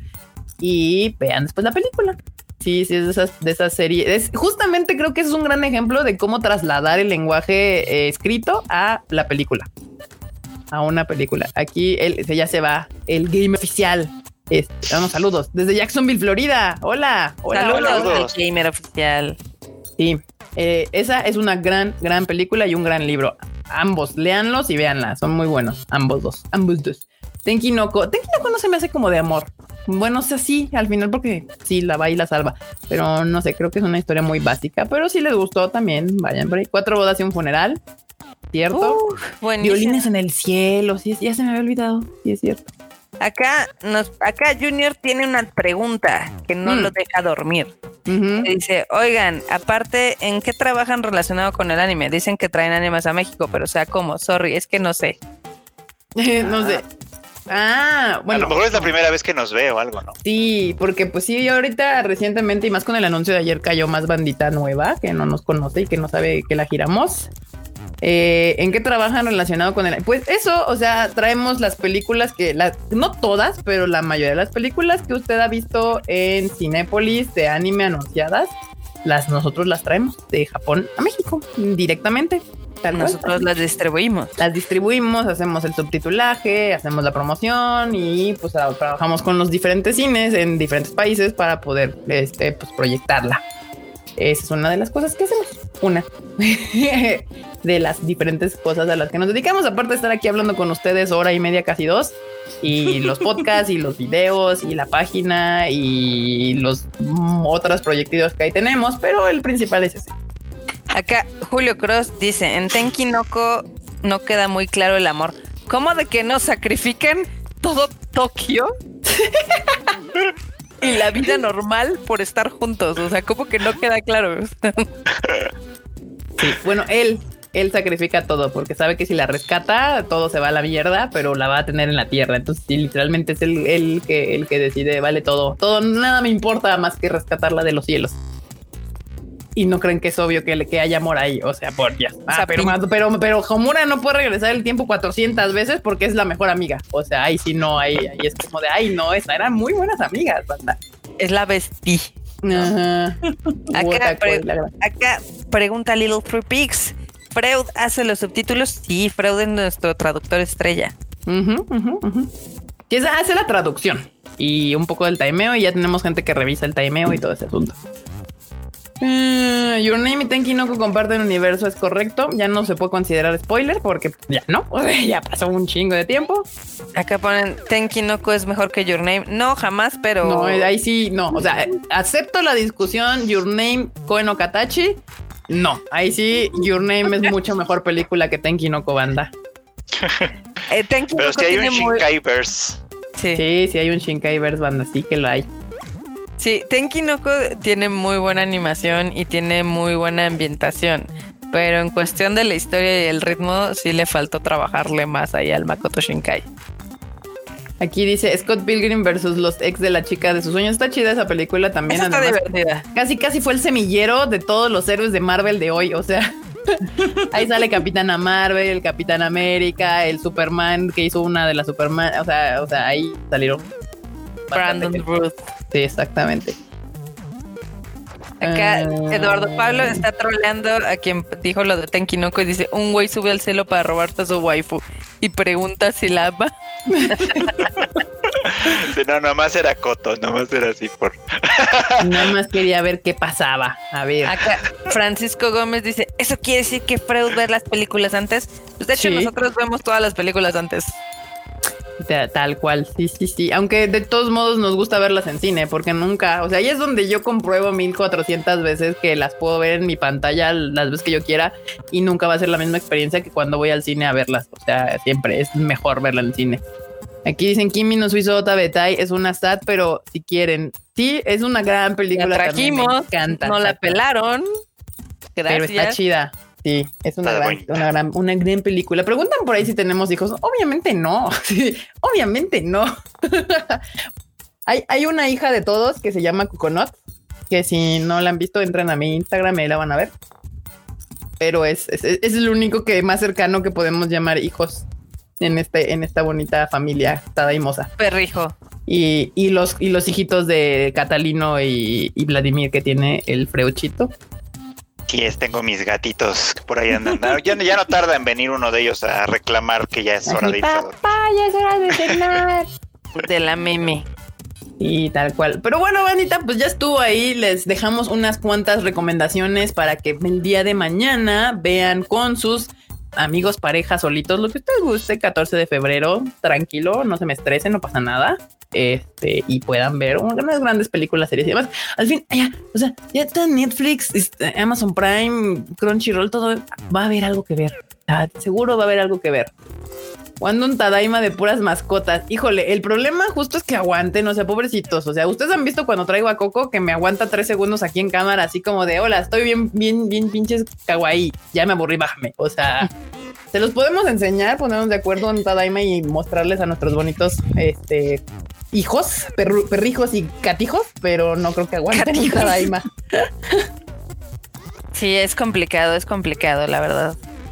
Y vean después la película. Sí, sí, es de esas, de esas series. Es, justamente creo que es un gran ejemplo de cómo trasladar el lenguaje eh, escrito a la película. A una película. Aquí el, ya se va el game oficial. Este, damos saludos desde Jacksonville, Florida. Hola, hola, saludos, hola, hola. El gamer oficial. Sí, eh, esa es una gran, gran película y un gran libro. Ambos, léanlos y véanla. Son muy buenos. Ambos dos, ambos dos. Tenki no Ko. Tenki no Ko no se me hace como de amor. Bueno, o sea, sí, al final porque sí, la va y la salva. Pero no sé, creo que es una historia muy básica. Pero si les gustó también, vayan por ahí. Cuatro bodas y un funeral. ¿Cierto? Uh, Violines en el cielo. Sí, ya se me había olvidado. Sí, es cierto. Acá, nos, acá Junior tiene una pregunta que no mm. lo deja dormir. Uh-huh. Dice, oigan, aparte, ¿en qué trabajan relacionado con el anime? Dicen que traen animes a México, pero o sea, ¿cómo? Sorry, es que no sé. no sé. Ah, bueno. A lo mejor es la primera vez que nos ve o algo, ¿no? Sí, porque pues sí, ahorita recientemente y más con el anuncio de ayer cayó más bandita nueva que no nos conoce y que no sabe que la giramos. Eh, ¿En qué trabajan relacionado con el? Pues eso, o sea, traemos las películas que, las, no todas, pero la mayoría de las películas que usted ha visto en Cinépolis de anime anunciadas, las nosotros las traemos de Japón a México directamente. Tal nosotros las distribuimos. Las distribuimos, hacemos el subtitulaje, hacemos la promoción y pues trabajamos con los diferentes cines en diferentes países para poder este, pues, proyectarla. Esa es una de las cosas que hacemos. Una de las diferentes cosas a las que nos dedicamos. Aparte de estar aquí hablando con ustedes hora y media, casi dos. Y los podcasts y los videos y la página y los mm, otros proyectos que ahí tenemos. Pero el principal es ese. Acá Julio Cross dice, en Tenki no Ko no queda muy claro el amor. ¿Cómo de que nos sacrifiquen todo Tokio? Y la vida normal por estar juntos. O sea, ¿cómo que no queda claro? Sí, bueno, él, él sacrifica todo porque sabe que si la rescata, todo se va a la mierda, pero la va a tener en la tierra. Entonces, sí, literalmente es el, el, que, el que decide, vale todo. Todo, nada me importa más que rescatarla de los cielos. Y no creen que es obvio que, que haya amor ahí. O sea, por ya. Ah, o sea, pero, pero, pero Homura no puede regresar el tiempo cuatrocientas veces porque es la mejor amiga. O sea, ahí sí no, ahí, ahí es como de, ay, no, esa eran muy buenas amigas, banda. Es la bestie. Ajá. Acá, pre acá pregunta Little Three Pigs. ¿Freud hace los subtítulos? Sí, Freud es nuestro traductor estrella. Uh-huh, uh-huh, uh-huh. Y esa hace la traducción y un poco del timeo y ya tenemos gente que revisa el timeo y todo ese asunto. Uh, Your Name y Tenki no Ko comparten universo, es correcto. Ya no se puede considerar spoiler porque ya no, ya pasó un chingo de tiempo. Acá ponen Tenki no Ko es mejor que Your Name. No, jamás, pero no, ahí sí, no. O sea, acepto la discusión. Your Name, Koe no Katachi. No, ahí sí, Your Name es mucho mejor película que Tenki no Ko, banda. eh, Tenki pero no si hay un muy... Shinkaiverse. Sí. sí, sí hay un Shinkaiverse, banda, sí que lo hay. Sí, Tenki no Ko tiene muy buena animación y tiene muy buena ambientación, pero en cuestión de la historia y el ritmo sí le faltó trabajarle más ahí al Makoto Shinkai. Aquí dice Scott Pilgrim versus los ex de la chica de sus sueños. Está chida esa película también. Esa está divertida. Casi casi fue el semillero de todos los héroes de Marvel de hoy, o sea... Ahí sale Capitana Marvel, el Capitán América, el Superman que hizo una de las Superman, o sea, o sea, ahí salieron Brandon Ruth. Sí, exactamente. Acá Eduardo Pablo está troleando a quien dijo lo de Tenkinoko y dice, un güey sube al cielo para robarte a su waifu y pregunta si la ama. No, nomás era coto, nomás era así por... Nada más quería ver qué pasaba. A ver. Acá Francisco Gómez dice, ¿eso quiere decir que Freud ve las películas antes? Pues de hecho Sí. nosotros vemos todas las películas antes. Tal cual, sí, sí, sí. Aunque de todos modos nos gusta verlas en cine, porque nunca, o sea, ahí es donde yo compruebo mil cuatrocientas veces que las puedo ver en mi pantalla las veces que yo quiera y nunca va a ser la misma experiencia que cuando voy al cine a verlas. O sea, siempre es mejor verla en cine. Aquí dicen Kimi no Suizo Ota Betai es una sat, pero si quieren, sí, es una gran película. La trajimos, también, me encanta, no la exacto. pelaron. Gracias. Pero está chida. Sí, es una Está gran, bonita. una gran, una gran película. Preguntan por ahí si tenemos hijos. Obviamente no. Sí, obviamente no. hay, hay una hija de todos que se llama Coconut, que si no la han visto, entran a mi Instagram y la van a ver. Pero es, es, es el único que más cercano que podemos llamar hijos en este, en esta bonita familia tadaimosa. Perrijo. Y, y los, y los hijitos de Catalino y, y Vladimir que tiene el Freuchito. Sí, es, tengo mis gatitos que por ahí andan. Ya, ya no tarda en venir uno de ellos a reclamar que ya es hora de irse a dormir. Papá, ya es hora de cenar. De la meme. Y tal cual. Pero bueno, bandita, pues ya estuvo ahí. Les dejamos unas cuantas recomendaciones para que el día de mañana vean con sus amigos, parejas, solitos, lo que ustedes guste. catorce de febrero, tranquilo, no se me estresen, no pasa nada. Este, y puedan ver unas grandes películas, series y demás. Al fin, ya, o sea, ya está Netflix, este, Amazon Prime, Crunchyroll, todo va a haber algo que ver. Ah, seguro va a haber algo que ver. Cuando un Tadaima de puras mascotas. Híjole, el problema justo es que aguanten, o sea, pobrecitos. O sea, ustedes han visto cuando traigo a Coco que me aguanta tres segundos aquí en cámara, así como de hola, estoy bien, bien, bien pinches kawaii. Ya me aburrí, bájame. O sea, se los podemos enseñar, ponernos de acuerdo en Tadaima y mostrarles a nuestros bonitos este hijos, perru, perrijos y catijos, pero no creo que aguanten un Tadaima. Sí, es complicado, es complicado, la verdad.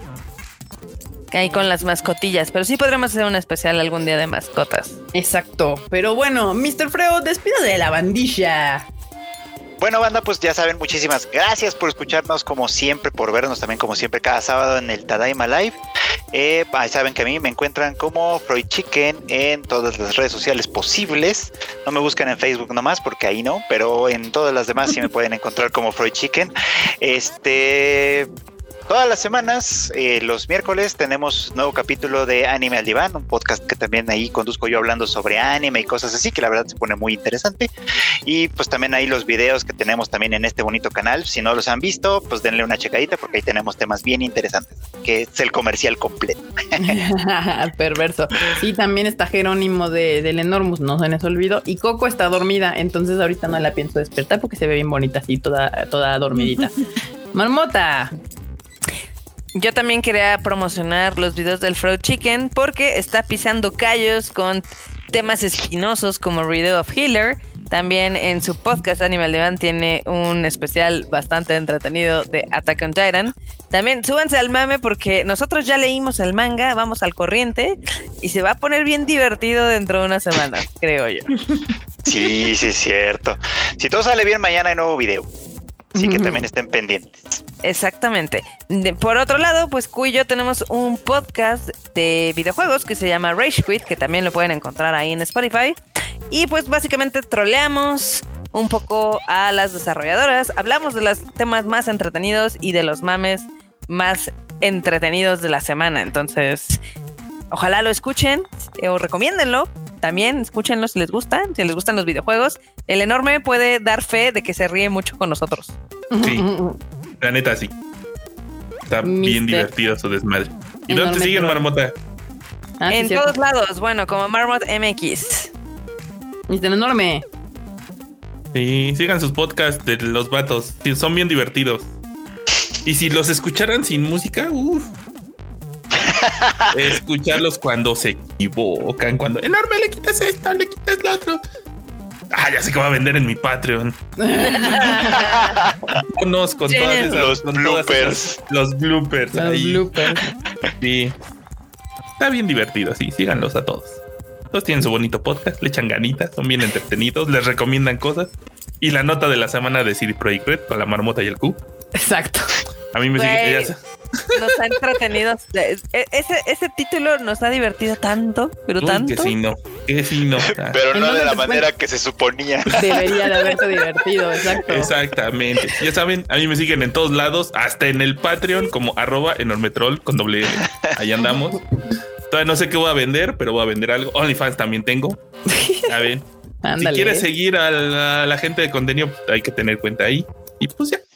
Ahí con las mascotillas, pero sí podremos hacer un especial algún día de mascotas. Exacto. Pero bueno, mister Freo, despido de la bandilla. Bueno, banda, pues ya saben, muchísimas gracias por escucharnos como siempre, por vernos también como siempre cada sábado en el Tadaima Live. Eh, ahí saben que a mí me encuentran como Freud Chicken en todas las redes sociales posibles. No me buscan en Facebook nomás porque ahí no, pero en todas las demás sí me pueden encontrar como Freud Chicken. Este... Todas las semanas, eh, los miércoles, tenemos nuevo capítulo de Anime al Diván, un podcast que también ahí conduzco yo hablando sobre anime y cosas así, que la verdad se pone muy interesante. Y pues también ahí los videos que tenemos también en este bonito canal. Si no los han visto, pues denle una checadita porque ahí tenemos temas bien interesantes, que es el comercial completo. Perverso. Sí, también está Jerónimo de, del Enormous, no se les olvidó. Y Coco está dormida, entonces ahorita no la pienso despertar porque se ve bien bonita así, toda, toda dormidita. Marmota. Yo también quería promocionar los videos del Freud Chicken porque está pisando callos con temas espinosos como Riddle of Healer. También en su podcast Animal Divan tiene un especial bastante entretenido de Attack on Titan. También súbanse al mame porque nosotros ya leímos el manga, vamos al corriente y se va a poner bien divertido dentro de unas semanas, creo yo. Sí, sí, es cierto. Si todo sale bien, mañana hay nuevo video. Así que también estén pendientes. Exactamente. De, por otro lado, pues Q y yo tenemos un podcast de videojuegos que se llama Rage Quit, que también lo pueden encontrar ahí en Spotify. Y pues básicamente troleamos un poco a las desarrolladoras, hablamos de los temas más entretenidos y de los mames más entretenidos de la semana. Entonces, ojalá lo escuchen o recomiéndenlo. También escúchenlo si les gusta, si les gustan los videojuegos. El Enorme puede dar fe de que se ríe mucho con nosotros. Sí, la neta sí. Está bien Mister divertido su desmadre. ¿Y Enorme dónde te siguen, troll. Marmota? Ah, sí, En cierto. todos lados, bueno, como Marmot M X. mister Enorme. Sí, sigan sus podcasts de los vatos. Sí, son bien divertidos. Y si los escucharan sin música, uff. Escucharlos cuando se equivocan, cuando Enorme le quitas esto, le quitas lo otro. Ah, ya sé que va a vender en mi Patreon. Unos con Sí, todas esas, los con todas bloopers. esas- los bloopers. Los ahí. bloopers. Sí. Está bien divertido, sí. Síganlos a todos. Todos tienen su bonito podcast, le echan ganitas, son bien entretenidos, les recomiendan cosas. Y la nota de la semana de C D Projekt Red con la marmota y el Q. Exacto. A mí me Güey, sigue. Ellas... Nos ha entretenido. Ese, ese título nos ha divertido tanto, pero Uy, tanto. Que sí, no. Que sí, no. Pero no de la te manera cuento? que se suponía. Debería de haberte divertido, exacto. Exactamente. Ya saben, a mí me siguen en todos lados, hasta en el Patreon como arroba enormetroll con doble L. Ahí andamos. Todavía no sé qué voy a vender, pero voy a vender algo. OnlyFans también tengo. A ver. Ándale. Si quieres seguir a la, a la gente de contenido, pues hay que tener cuenta ahí. Y pues ya.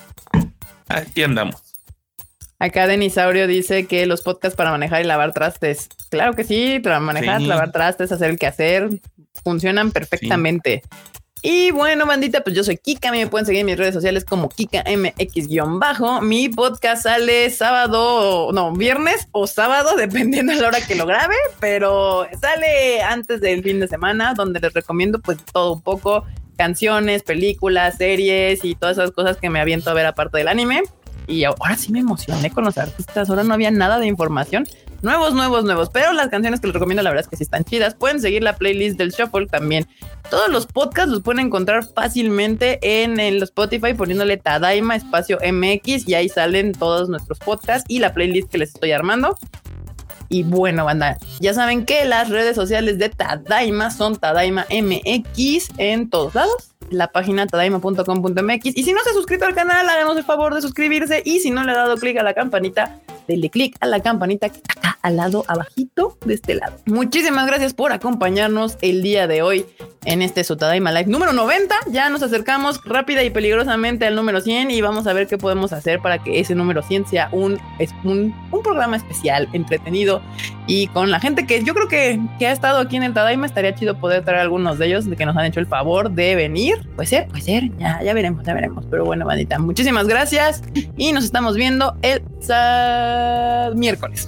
Aquí andamos. Acá Denisaurio dice que los podcasts para manejar y lavar trastes. Claro que sí, para manejar, Sí. lavar trastes, hacer el quehacer, funcionan perfectamente. Sí. Y bueno, bandita, pues yo soy Kika. A mí me pueden seguir en mis redes sociales como Kika M X guión bajo. Mi podcast sale sábado, no, viernes o sábado, dependiendo de la hora que lo grabe, pero sale antes del fin de semana, donde les recomiendo pues todo un poco, canciones, películas, series y todas esas cosas que me aviento a ver aparte del anime. Y ahora sí me emocioné con los artistas. Ahora no había nada de información. Nuevos, nuevos, nuevos. Pero las canciones que les recomiendo, la verdad es que sí están chidas. Pueden seguir la playlist del Shuffle también. Todos los podcasts los pueden encontrar fácilmente en el Spotify poniéndole Tadaima espacio M X y ahí salen todos nuestros podcasts y la playlist que les estoy armando. Y bueno, banda, ya saben que las redes sociales de Tadaima son Tadaima M X en todos lados. La página tadaima punto com punto m x. Y si no se ha suscrito al canal, háganos el favor de suscribirse. Y si no le ha dado clic a la campanita, denle clic a la campanita que está acá al lado, abajito de este lado. Muchísimas gracias por acompañarnos el día de hoy en este su Tadaima Live número noventa. Ya nos acercamos rápida y peligrosamente al número cien y vamos a ver qué podemos hacer para que ese número cien sea un, es un, un programa especial, entretenido y con la gente que yo creo que, que ha estado aquí en el Tadaima. Estaría chido poder traer algunos de ellos de que nos han hecho el favor de venir. Puede ser, puede ser, ya, ya veremos, ya veremos. Pero bueno, bandita, muchísimas gracias y nos estamos viendo el sa... miércoles.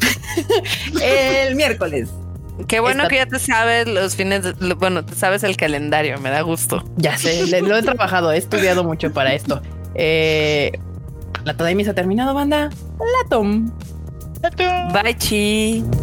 el miércoles. Qué bueno Esta... que ya te sabes los fines, de, bueno, te sabes el calendario, me da gusto. Ya sé, le, lo he trabajado, he estudiado mucho para esto. Eh, la Tadaima se ha terminado, banda. La tom. Bye, chi.